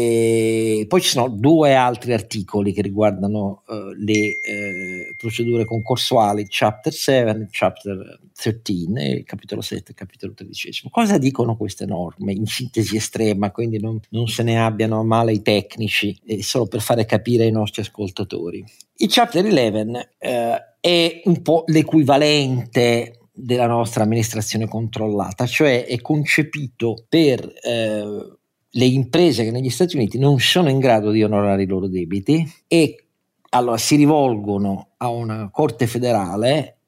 E poi ci sono due altri articoli che riguardano uh, le eh, procedure concorsuali, Chapter sette, Chapter tredici, il capitolo sette e il capitolo tredicesimo. Cosa dicono queste norme in sintesi estrema, quindi non, non se ne abbiano a male i tecnici, eh, solo per fare capire ai nostri ascoltatori. Il Chapter undici eh, è un po' l'equivalente della nostra amministrazione controllata, cioè è concepito per eh, le imprese che negli Stati Uniti non sono in grado di onorare i loro debiti e allora si rivolgono a una corte federale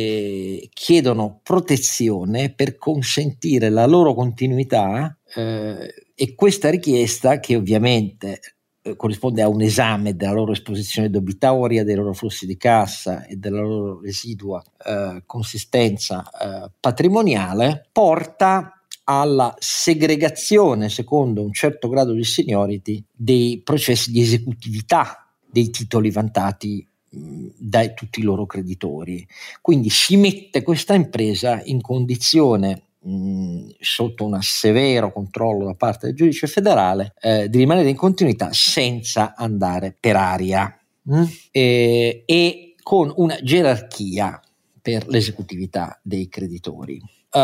e chiedono protezione per consentire la loro continuità eh, e questa richiesta, che ovviamente eh, corrisponde a un esame della loro esposizione debitoria, dei loro flussi di cassa e della loro residua eh, consistenza eh, patrimoniale, porta alla segregazione, secondo un certo grado di seniority, dei processi di esecutività dei titoli vantati mh, da tutti i loro creditori. Quindi si mette questa impresa in condizione, mh, sotto un severo controllo da parte del giudice federale, eh, di rimanere in continuità senza andare per aria mh? E, e con una gerarchia per l'esecutività dei creditori.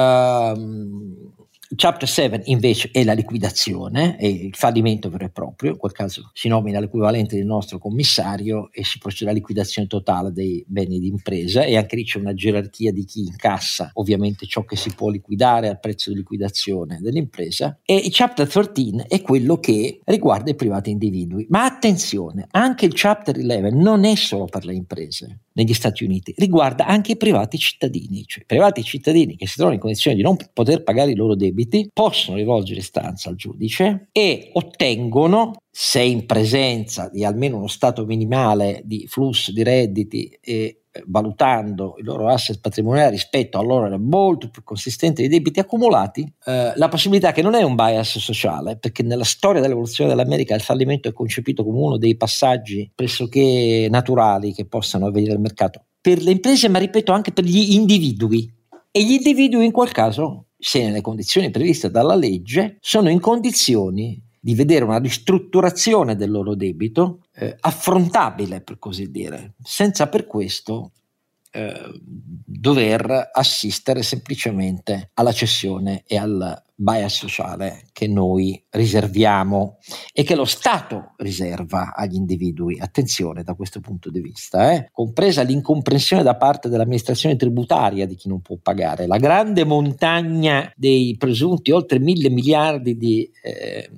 Um, Chapter sette invece è la liquidazione, è il fallimento vero e proprio. In quel caso si nomina l'equivalente del nostro commissario e si procede alla liquidazione totale dei beni di impresa, e anche lì c'è una gerarchia di chi incassa ovviamente ciò che si può liquidare al prezzo di liquidazione dell'impresa. E il Chapter tredici è quello che riguarda i privati individui, ma attenzione, anche il Chapter undici non è solo per le imprese negli Stati Uniti, riguarda anche i privati cittadini, cioè i privati cittadini che si trovano in condizione di non poter pagare i loro debiti possono rivolgere istanza al giudice e ottengono, se in presenza di almeno uno stato minimale di flusso di redditi e eh, valutando i loro asset patrimoniali rispetto a loro molto più consistente dei debiti accumulati, eh, la possibilità, che non è un bias sociale, perché nella storia dell'evoluzione dell'America il fallimento è concepito come uno dei passaggi pressoché naturali che possano avvenire nel mercato per le imprese, ma ripeto anche per gli individui, e gli individui in quel caso, se nelle condizioni previste dalla legge, sono in condizioni di vedere una ristrutturazione del loro debito eh, affrontabile, per così dire, senza per questo eh, dover assistere semplicemente alla cessione e al bias sociale che noi riserviamo e che lo Stato riserva agli individui. Attenzione da questo punto di vista, eh? compresa l'incomprensione da parte dell'amministrazione tributaria di chi non può pagare, la grande montagna dei presunti oltre mille miliardi di eh,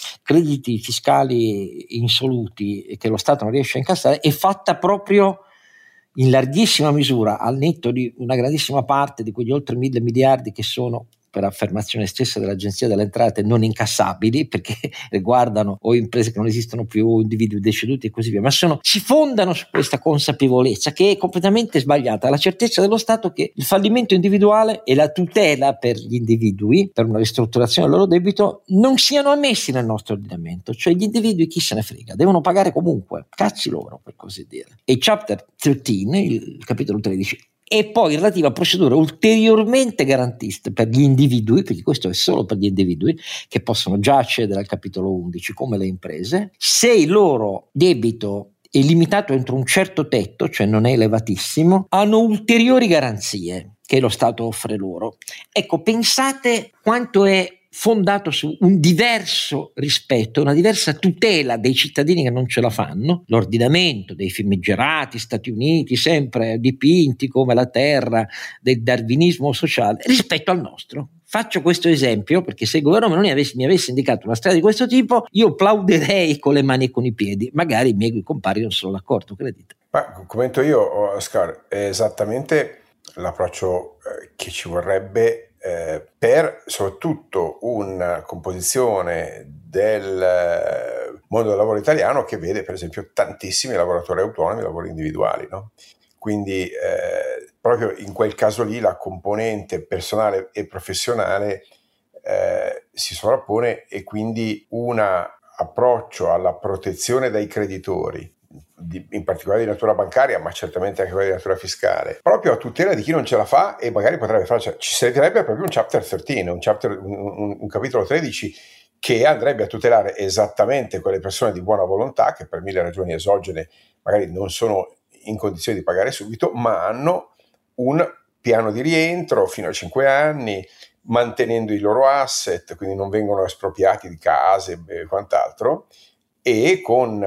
crediti fiscali insoluti che lo Stato non riesce a incassare è fatta proprio in larghissima misura, al netto di una grandissima parte di quegli oltre mille miliardi che sono, per affermazione stessa dell'Agenzia delle Entrate, non incassabili, perché riguardano o imprese che non esistono più, o individui deceduti e così via, ma sono, si fondano su questa consapevolezza che è completamente sbagliata, la certezza dello Stato che il fallimento individuale e la tutela per gli individui, per una ristrutturazione del loro debito, non siano ammessi nel nostro ordinamento, cioè gli individui chi se ne frega, devono pagare comunque, cazzi loro per così dire. E il chapter tredici, il capitolo tredici, e poi relativa a procedure ulteriormente garantiste per gli individui, perché questo è solo per gli individui che possono già accedere al capitolo undici come le imprese, se il loro debito è limitato entro un certo tetto, cioè non è elevatissimo, hanno ulteriori garanzie che lo Stato offre loro. Ecco, pensate quanto è fondato su un diverso rispetto, una diversa tutela dei cittadini che non ce la fanno, l'ordinamento dei famigerati Stati Uniti, sempre dipinti come la terra del darwinismo sociale, rispetto al nostro. Faccio questo esempio perché se il governo Meloni avesse, mi avesse indicato una strada di questo tipo, io plauderei con le mani e con i piedi, magari i miei compari non sono d'accordo, credete.
Ma commento io, Oscar, è esattamente l'approccio eh, che ci vorrebbe Eh, per soprattutto una composizione del eh, mondo del lavoro italiano che vede per esempio tantissimi lavoratori autonomi, lavori individuali, no? Quindi eh, proprio in quel caso lì la componente personale e professionale eh, si sovrappone e quindi un approccio alla protezione dai creditori, Di, in particolare di natura bancaria, ma certamente anche quella di natura fiscale, proprio a tutela di chi non ce la fa e magari potrebbe farlo. Cioè, ci servirebbe proprio un chapter tredici, un, chapter, un, un, un capitolo tredici che andrebbe a tutelare esattamente quelle persone di buona volontà che per mille ragioni esogene magari non sono in condizioni di pagare subito, ma hanno un piano di rientro fino a cinque anni, mantenendo i loro asset, quindi non vengono espropriati di case e quant'altro, e con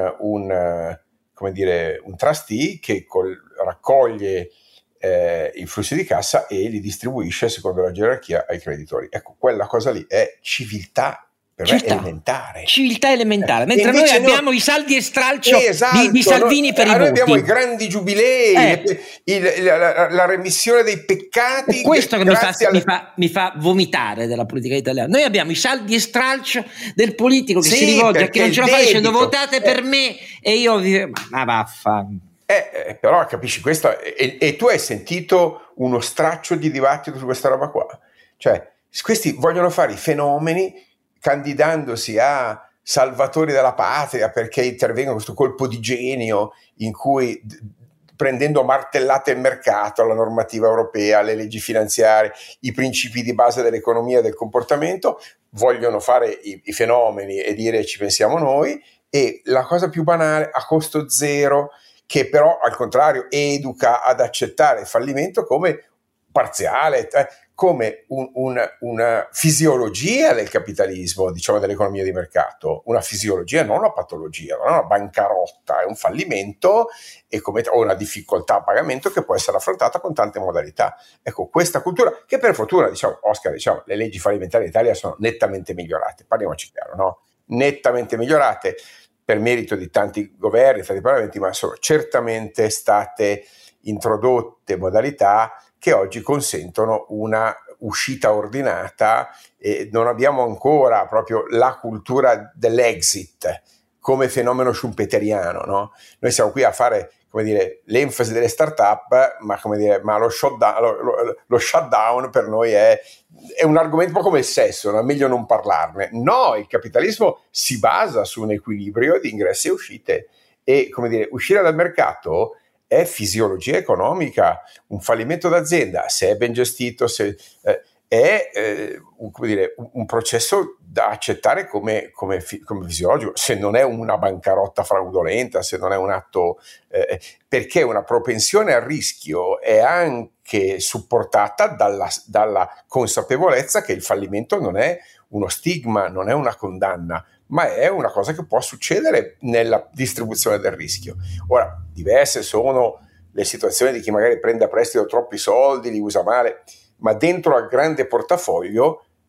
un come dire, un trustee che col, raccoglie eh, i flussi di cassa e li distribuisce secondo la gerarchia ai creditori. Ecco, quella cosa lì è civiltà, per civiltà. me elementare.
Civiltà elementare, mentre noi abbiamo noi, i saldi e stralcio esatto, di, di Salvini no, per i voti.
Noi abbiamo i grandi giubilei, eh. il, la, la, la remissione dei peccati.
È questo che mi fa, alle... mi, fa, mi fa vomitare della politica italiana. Noi abbiamo i saldi e stralcio del politico che sì, si rivolge a chi non ce la fa dicendo votate eh. per me e io vi... ma vaffa.
Eh, eh, però capisci questo e, e tu hai sentito uno straccio di dibattito su questa roba qua, cioè questi vogliono fare i fenomeni candidandosi a salvatori della patria perché intervengono questo colpo di genio in cui d- prendendo martellate il mercato, la normativa europea, le leggi finanziarie, i principi di base dell'economia e del comportamento, vogliono fare i, i fenomeni e dire ci pensiamo noi, e la cosa più banale a costo zero che però al contrario educa ad accettare il fallimento come parziale, eh, come un, un, una fisiologia del capitalismo, diciamo dell'economia di mercato, una fisiologia, non una patologia, non una bancarotta, è un fallimento e come, o una difficoltà a pagamento che può essere affrontata con tante modalità. Ecco, questa cultura, che per fortuna, diciamo, Oscar, diciamo, le leggi fallimentari in Italia sono nettamente migliorate, parliamoci chiaro, no? Nettamente migliorate per merito di tanti governi, tanti parlamenti, ma sono certamente state introdotte modalità che oggi consentono una uscita ordinata e non abbiamo ancora proprio la cultura dell'exit come fenomeno schumpeteriano, no? Noi siamo qui a fare, come dire, l'enfasi delle start-up, ma come dire, ma lo shutdown, lo, lo, lo shutdown per noi è, è un argomento un po' come il sesso, no? È meglio non parlarne. No, il capitalismo si basa su un equilibrio di ingressi e uscite e, come dire, uscire dal mercato è fisiologia economica. Un fallimento d'azienda, se è ben gestito, se, eh, è eh, un, come dire, un, un processo da accettare come, come, come fisiologico, se non è una bancarotta fraudolenta, se non è un atto, eh, perché una propensione al rischio è anche supportata dalla, dalla consapevolezza che il fallimento non è uno stigma, non è una condanna, ma è una cosa che può succedere nella distribuzione del rischio. Ora, diverse sono le situazioni di chi magari prende a prestito troppi soldi, li usa male, ma dentro al grande portafoglio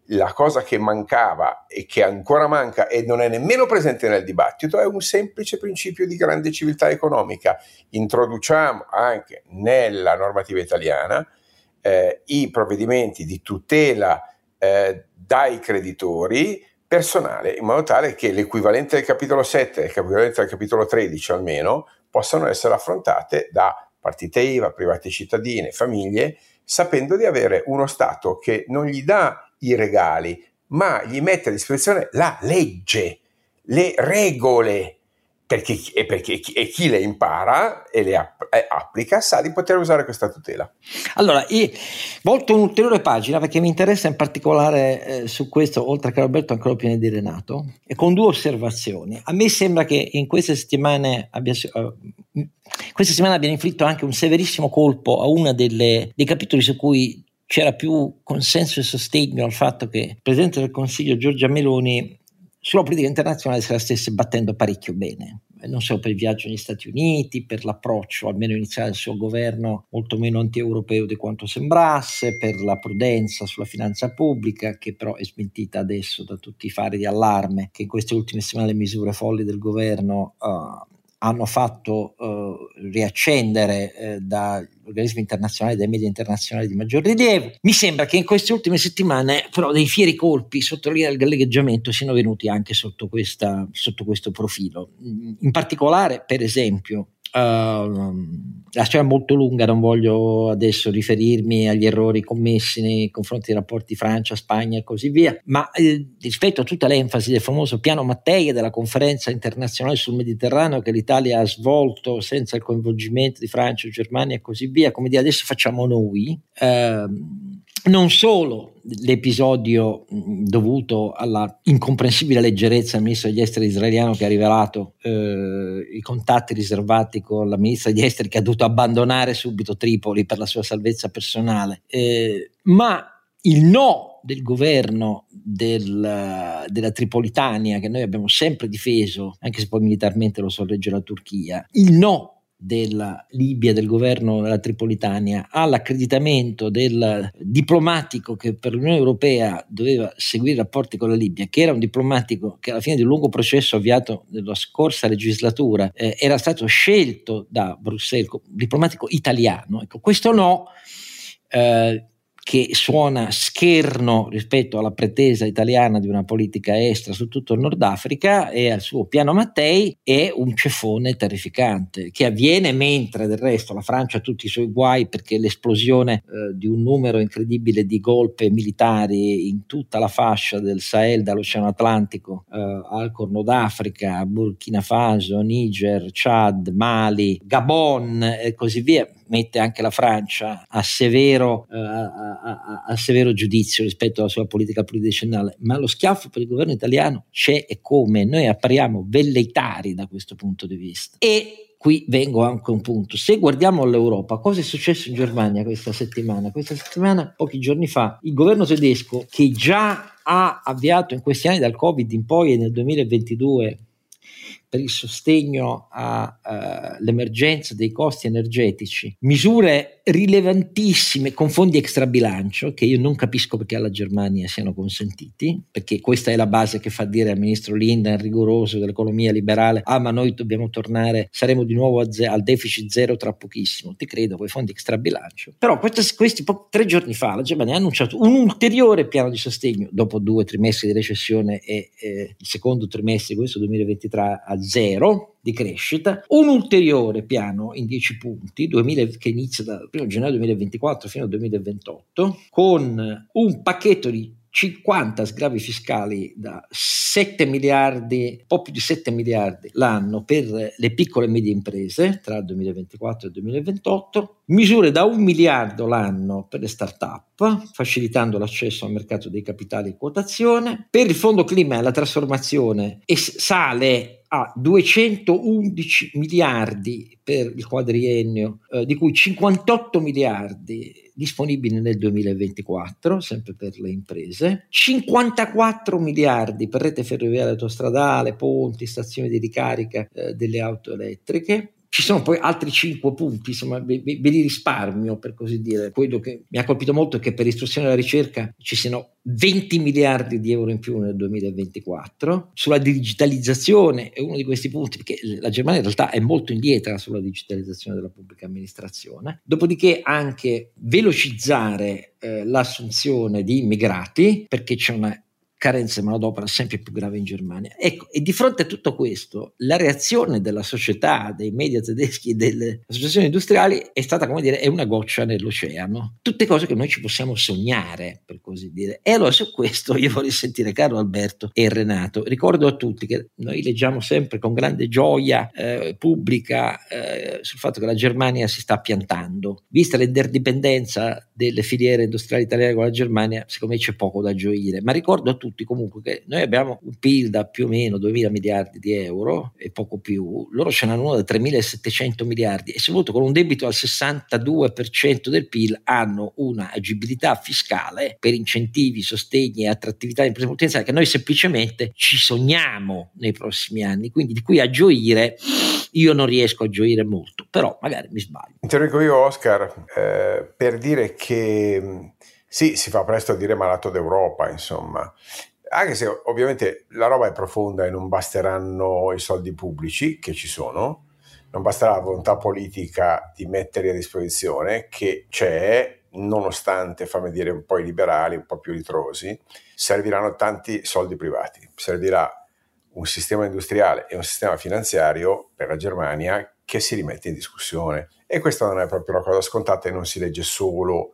la cosa che mancava e che ancora manca e non è nemmeno presente nel dibattito è un semplice principio di grande civiltà economica. Introduciamo anche nella normativa italiana eh, i provvedimenti di tutela eh, dai creditori personale, in modo tale che l'equivalente del capitolo sette e l'equivalente del capitolo tredici almeno possano essere affrontate da partite I V A, privati cittadine, famiglie, sapendo di avere uno Stato che non gli dà i regali, ma gli mette a disposizione la legge, le regole, perché, e, perché, e chi le impara e le app- e applica sa di poter usare questa tutela.
Allora, io volto un'ulteriore pagina perché mi interessa in particolare eh, su questo, oltre che Roberto, anche l'opinione di Renato, e con due osservazioni. A me sembra che in queste settimane abbia, uh, questa settimana abbiano inflitto anche un severissimo colpo a uno dei capitoli su cui c'era più consenso e sostegno al fatto che il Presidente del Consiglio Giorgia Meloni sulla politica internazionale se la stesse battendo parecchio bene. Non solo per il viaggio negli Stati Uniti, per l'approccio almeno iniziale del suo governo molto meno anti-europeo di quanto sembrasse, per la prudenza sulla finanza pubblica, che però è smentita adesso da tutti i fari di allarme che in queste ultime settimane le misure folli del governo uh, hanno fatto uh, riaccendere uh, dagli organismi internazionali, dai media internazionali di maggior rilievo. Mi sembra che in queste ultime settimane però dei fieri colpi sotto la linea del galleggiamento siano venuti anche sotto, questa, sotto questo profilo. In particolare, per esempio, Uh, la storia è molto lunga, non voglio adesso riferirmi agli errori commessi nei confronti dei rapporti Francia, Spagna e così via, ma eh, rispetto a tutta l'enfasi del famoso piano Mattei e della conferenza internazionale sul Mediterraneo che l'Italia ha svolto senza il coinvolgimento di Francia, Germania e così via, come dire adesso facciamo noi, uh, non solo l'episodio dovuto alla incomprensibile leggerezza del ministro degli esteri israeliano che ha rivelato eh, i contatti riservati con la ministra degli esteri che ha dovuto abbandonare subito Tripoli per la sua salvezza personale, eh, ma il no del governo del, della Tripolitania che noi abbiamo sempre difeso, anche se poi militarmente lo sorregge la Turchia, il no della Libia, del governo della Tripolitania, all'accreditamento del diplomatico che per l'Unione Europea doveva seguire i rapporti con la Libia, che era un diplomatico che alla fine di un lungo processo avviato nella scorsa legislatura eh, era stato scelto da Bruxelles, diplomatico italiano. Ecco, questo no eh, che suona scherno rispetto alla pretesa italiana di una politica estera su tutto il Nord Africa e al suo piano Mattei, è un ceffone terrificante che avviene mentre del resto la Francia ha tutti i suoi guai perché l'esplosione eh, di un numero incredibile di golpe militari in tutta la fascia del Sahel, dall'Oceano Atlantico eh, al Corno d'Africa, Burkina Faso, Niger, Chad, Mali, Gabon e così via, mette anche la Francia a severo, uh, a, a, a severo giudizio rispetto alla sua politica pluridecennale, ma lo schiaffo per il governo italiano c'è e come. Noi appariamo velleitari da questo punto di vista. E qui vengo anche a un punto: se guardiamo all'Europa, cosa è successo in Germania questa settimana? Questa settimana, pochi giorni fa, il governo tedesco, che già ha avviato in questi anni dal Covid in poi e nel duemilaventidue per il sostegno all'emergenza uh, dei costi energetici, misure rilevantissime con fondi extrabilancio che io non capisco perché alla Germania siano consentiti, perché questa è la base che fa dire al ministro Lindner rigoroso dell'economia liberale: ah, ma noi dobbiamo tornare, saremo di nuovo a ze- al deficit zero tra pochissimo. Ti credo, con i fondi extrabilancio. Però questi, questi po- tre giorni fa la Germania ha annunciato un ulteriore piano di sostegno dopo due trimestri di recessione e eh, il secondo trimestre di questo duemilaventitré a zero di crescita, un ulteriore piano in dieci punti duemila, che inizia dal primo gennaio duemilaventiquattro fino al duemilaventotto, con un pacchetto di cinquanta sgravi fiscali da sette miliardi, un po' più di sette miliardi l'anno per le piccole e medie imprese tra il duemilaventiquattro e il duemilaventotto, misure da un miliardo l'anno per le start-up, facilitando l'accesso al mercato dei capitali e quotazione. Per il fondo clima e la trasformazione e sale a duecentoundici miliardi per il quadriennio, eh, di cui cinquantotto miliardi disponibili nel duemilaventiquattro, sempre per le imprese, cinquantaquattro miliardi per rete ferroviaria autostradale, ponti, stazioni di ricarica eh, delle auto elettriche, Ci sono poi altri cinque punti, insomma, ve, ve li risparmio per così dire. Quello che mi ha colpito molto è che per istruzione e la ricerca ci siano venti miliardi di euro in più nel duemilaventiquattro. Sulla digitalizzazione è uno di questi punti, perché la Germania in realtà è molto indietro sulla digitalizzazione della pubblica amministrazione. Dopodiché anche velocizzare eh, l'assunzione di immigrati, perché c'è una carenza di manodopera sempre più grave in Germania. Ecco, e di fronte a tutto questo, la reazione della società, dei media tedeschi e delle associazioni industriali è stata, come dire, è una goccia nell'oceano. Tutte cose che noi ci possiamo sognare, per così dire. E allora su questo io vorrei sentire Carlo Alberto e Renato. Ricordo a tutti che noi leggiamo sempre con grande gioia eh, pubblica eh, sul fatto che la Germania si sta piantando. Vista l'interdipendenza delle filiere industriali italiane con la Germania, secondo me c'è poco da gioire, ma ricordo a tutti comunque che noi abbiamo un P I L da più o meno duemila miliardi di euro e poco più, loro ce n'hanno uno da tremilasettecento miliardi e soprattutto con un debito al sessantadue per cento del P I L hanno una agibilità fiscale per incentivi, sostegni e attrattività di imprese multinazionali che noi semplicemente ci sogniamo nei prossimi anni, quindi di cui a gioire io non riesco a gioire molto, però magari mi sbaglio.
Intervengo io, Oscar, eh, per dire che sì, si fa presto a dire malato d'Europa, insomma, anche se ovviamente la roba è profonda e non basteranno i soldi pubblici, che ci sono, non basterà la volontà politica di metterli a disposizione, che c'è, nonostante, fammi dire, un po' i liberali, un po' più ritrosi, serviranno tanti soldi privati, servirà un sistema industriale e un sistema finanziario per la Germania che si rimette in discussione. E questa non è proprio una cosa scontata e non si legge solo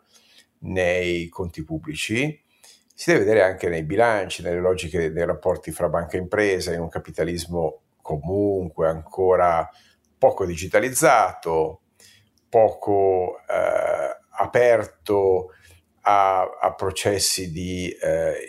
nei conti pubblici, si deve vedere anche nei bilanci, nelle logiche dei rapporti fra banca e impresa, in un capitalismo comunque ancora poco digitalizzato, poco eh, aperto a, a processi di eh,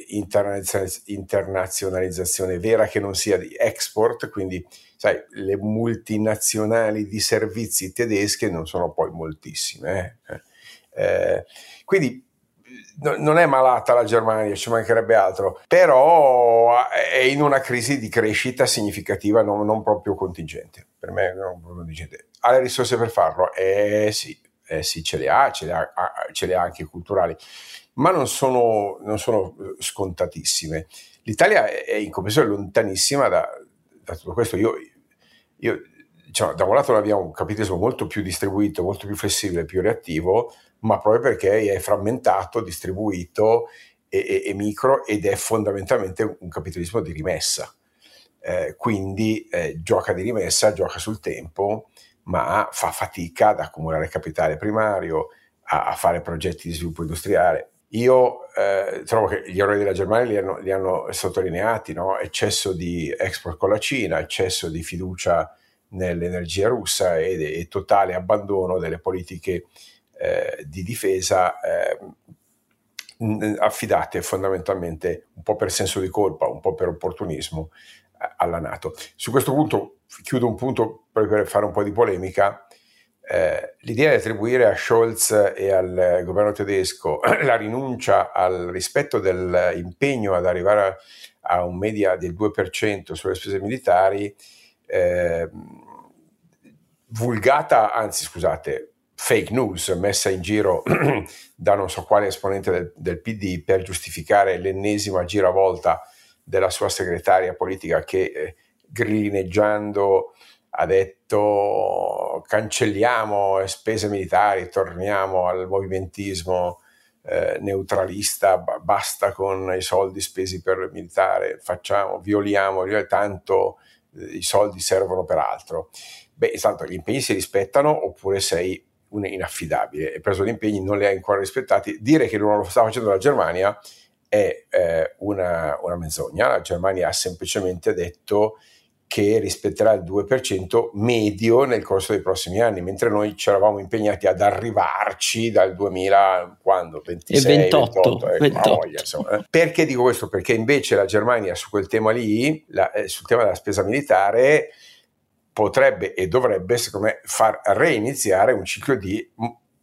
internazionalizzazione vera che non sia di export, quindi sai, le multinazionali di servizi tedesche non sono poi moltissime, eh. Eh, quindi no, non è malata la Germania, ci mancherebbe altro, però è in una crisi di crescita significativa, non, non proprio contingente. Per me non proprio contingente. Ha le risorse per farlo? Eh sì, eh sì, ce le ha, ce le ha, ce le ha anche culturali, ma non sono, non sono scontatissime. L'Italia è in compensazione lontanissima da, da tutto questo. Io, io diciamo, da un lato abbiamo un capitalismo molto più distribuito, molto più flessibile, più reattivo, ma proprio perché è frammentato, distribuito e, e, e micro, ed è fondamentalmente un capitalismo di rimessa. Eh, quindi eh, gioca di rimessa, gioca sul tempo, ma fa fatica ad accumulare capitale primario, a, a fare progetti di sviluppo industriale. Io eh, trovo che gli errori della Germania li hanno, li hanno sottolineati, no? Eccesso di export con la Cina, eccesso di fiducia nell'energia russa e, e totale abbandono delle politiche Eh, di difesa eh, affidate fondamentalmente un po' per senso di colpa, un po' per opportunismo eh, alla NATO. Su questo punto chiudo un punto proprio per fare un po' di polemica. Eh, l'idea di attribuire a Scholz e al governo tedesco la rinuncia al rispetto dell'impegno ad arrivare a, a un media del due per cento sulle spese militari, eh, vulgata, anzi scusate, fake news messa in giro da non so quale esponente del, del P D per giustificare l'ennesima giravolta della sua segretaria politica che eh, grillineggiando ha detto cancelliamo spese militari, torniamo al movimentismo eh, neutralista, b- basta con i soldi spesi per il militare, facciamo, violiamo, tanto eh, i soldi servono per altro. Beh, intanto gli impegni si rispettano oppure sei un inaffidabile, e preso gli impegni non li hai ancora rispettati. Dire che non lo sta facendo la Germania è eh, una, una menzogna. La Germania ha semplicemente detto che rispetterà il due per cento medio nel corso dei prossimi anni, mentre noi ci eravamo impegnati ad arrivarci dal duemila, quando? ventisei,
ventotto,
ventotto, ecco,
ventotto.
Voglia, insomma, eh. Perché dico questo? Perché invece la Germania su quel tema lì, la, eh, sul tema della spesa militare, potrebbe e dovrebbe, secondo me, far reiniziare un ciclo di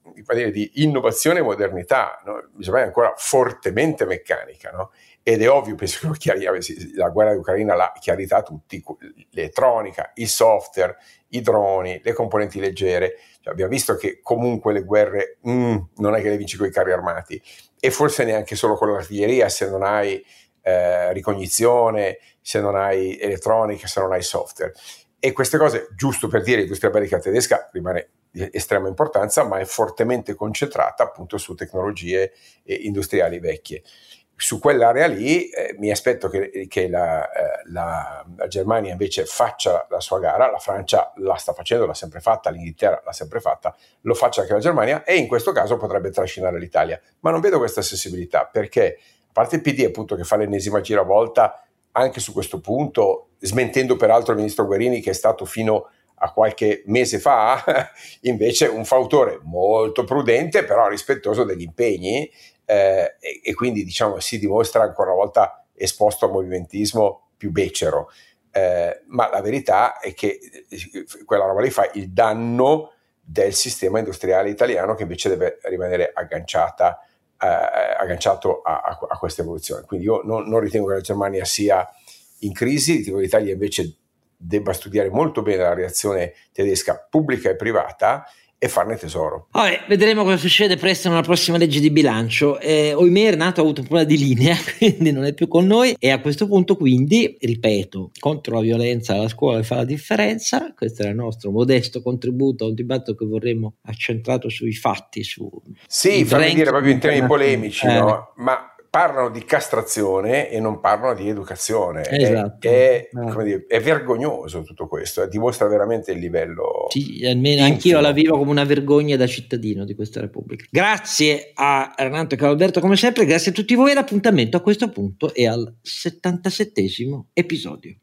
di, di innovazione e modernità, no? La Germania è ancora fortemente meccanica, no? Ed è ovvio, penso che lo chiari, la guerra di Ucraina l'ha chiarita a tutti, l'elettronica, il software, i droni, le componenti leggere. Cioè, abbiamo visto che comunque le guerre mm, non è che le vinci con i carri armati, e forse neanche solo con l'artiglieria, se non hai eh, ricognizione, se non hai elettronica, se non hai software. E queste cose, giusto per dire, l'industria bellica tedesca rimane di estrema importanza, ma è fortemente concentrata appunto su tecnologie eh, industriali vecchie. Su quell'area lì eh, mi aspetto che, che la, eh, la, la Germania invece faccia la sua gara, la Francia la sta facendo, l'ha sempre fatta, l'Inghilterra l'ha sempre fatta, lo faccia anche la Germania, e in questo caso potrebbe trascinare l'Italia. Ma non vedo questa sensibilità, perché a parte il P D appunto che fa l'ennesima giravolta anche su questo punto, smentendo peraltro il ministro Guerini, che è stato fino a qualche mese fa invece un fautore molto prudente, però rispettoso degli impegni, eh, e, e quindi diciamo si dimostra ancora una volta esposto a movimentismo più becero, eh, ma la verità è che quella roba lì fa il danno del sistema industriale italiano, che invece deve rimanere agganciata eh, agganciato a, a, a questa evoluzione. Quindi io non, non ritengo che la Germania sia in crisi, ritengo che l'Italia invece debba studiare molto bene la reazione tedesca pubblica e privata e farne tesoro.
Vabbè, vedremo cosa succede presto nella prossima legge di bilancio. Eh, Oimè Renato ha avuto un problema di linea, quindi non è più con noi, e a questo punto quindi, ripeto, contro la violenza alla scuola fa la differenza. Questo era il nostro modesto contributo a un dibattito che vorremmo accentrato sui fatti, su
sì, fammi dire proprio in termini polemici, eh. no? Ma parlano di castrazione e non parlano di educazione.
Esatto.
È, è, come dire, è vergognoso tutto questo, eh, dimostra veramente il livello.
Sì, almeno anch'io la vivo come una vergogna da cittadino di questa Repubblica. Grazie a Renato e Carlo Alberto come sempre, grazie a tutti voi, l'appuntamento a questo punto è al settantasettesimo episodio.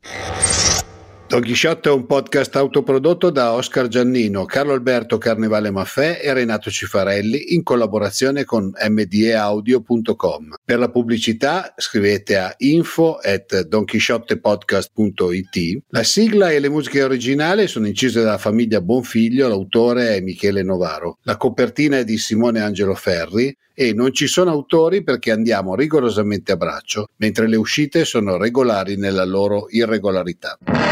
Don Chisciotte è un podcast autoprodotto da Oscar Giannino, Carlo Alberto Carnevale Maffè e Renato Cifarelli in collaborazione con m d e audio punto com. Per la pubblicità scrivete a info at donchisciottepodcast punto it. La sigla e le musiche originali sono incise dalla famiglia Bonfiglio, l'autore è Michele Novaro. La copertina è di Simone Angelo Ferri e non ci sono autori perché andiamo rigorosamente a braccio, mentre le uscite sono regolari nella loro irregolarità.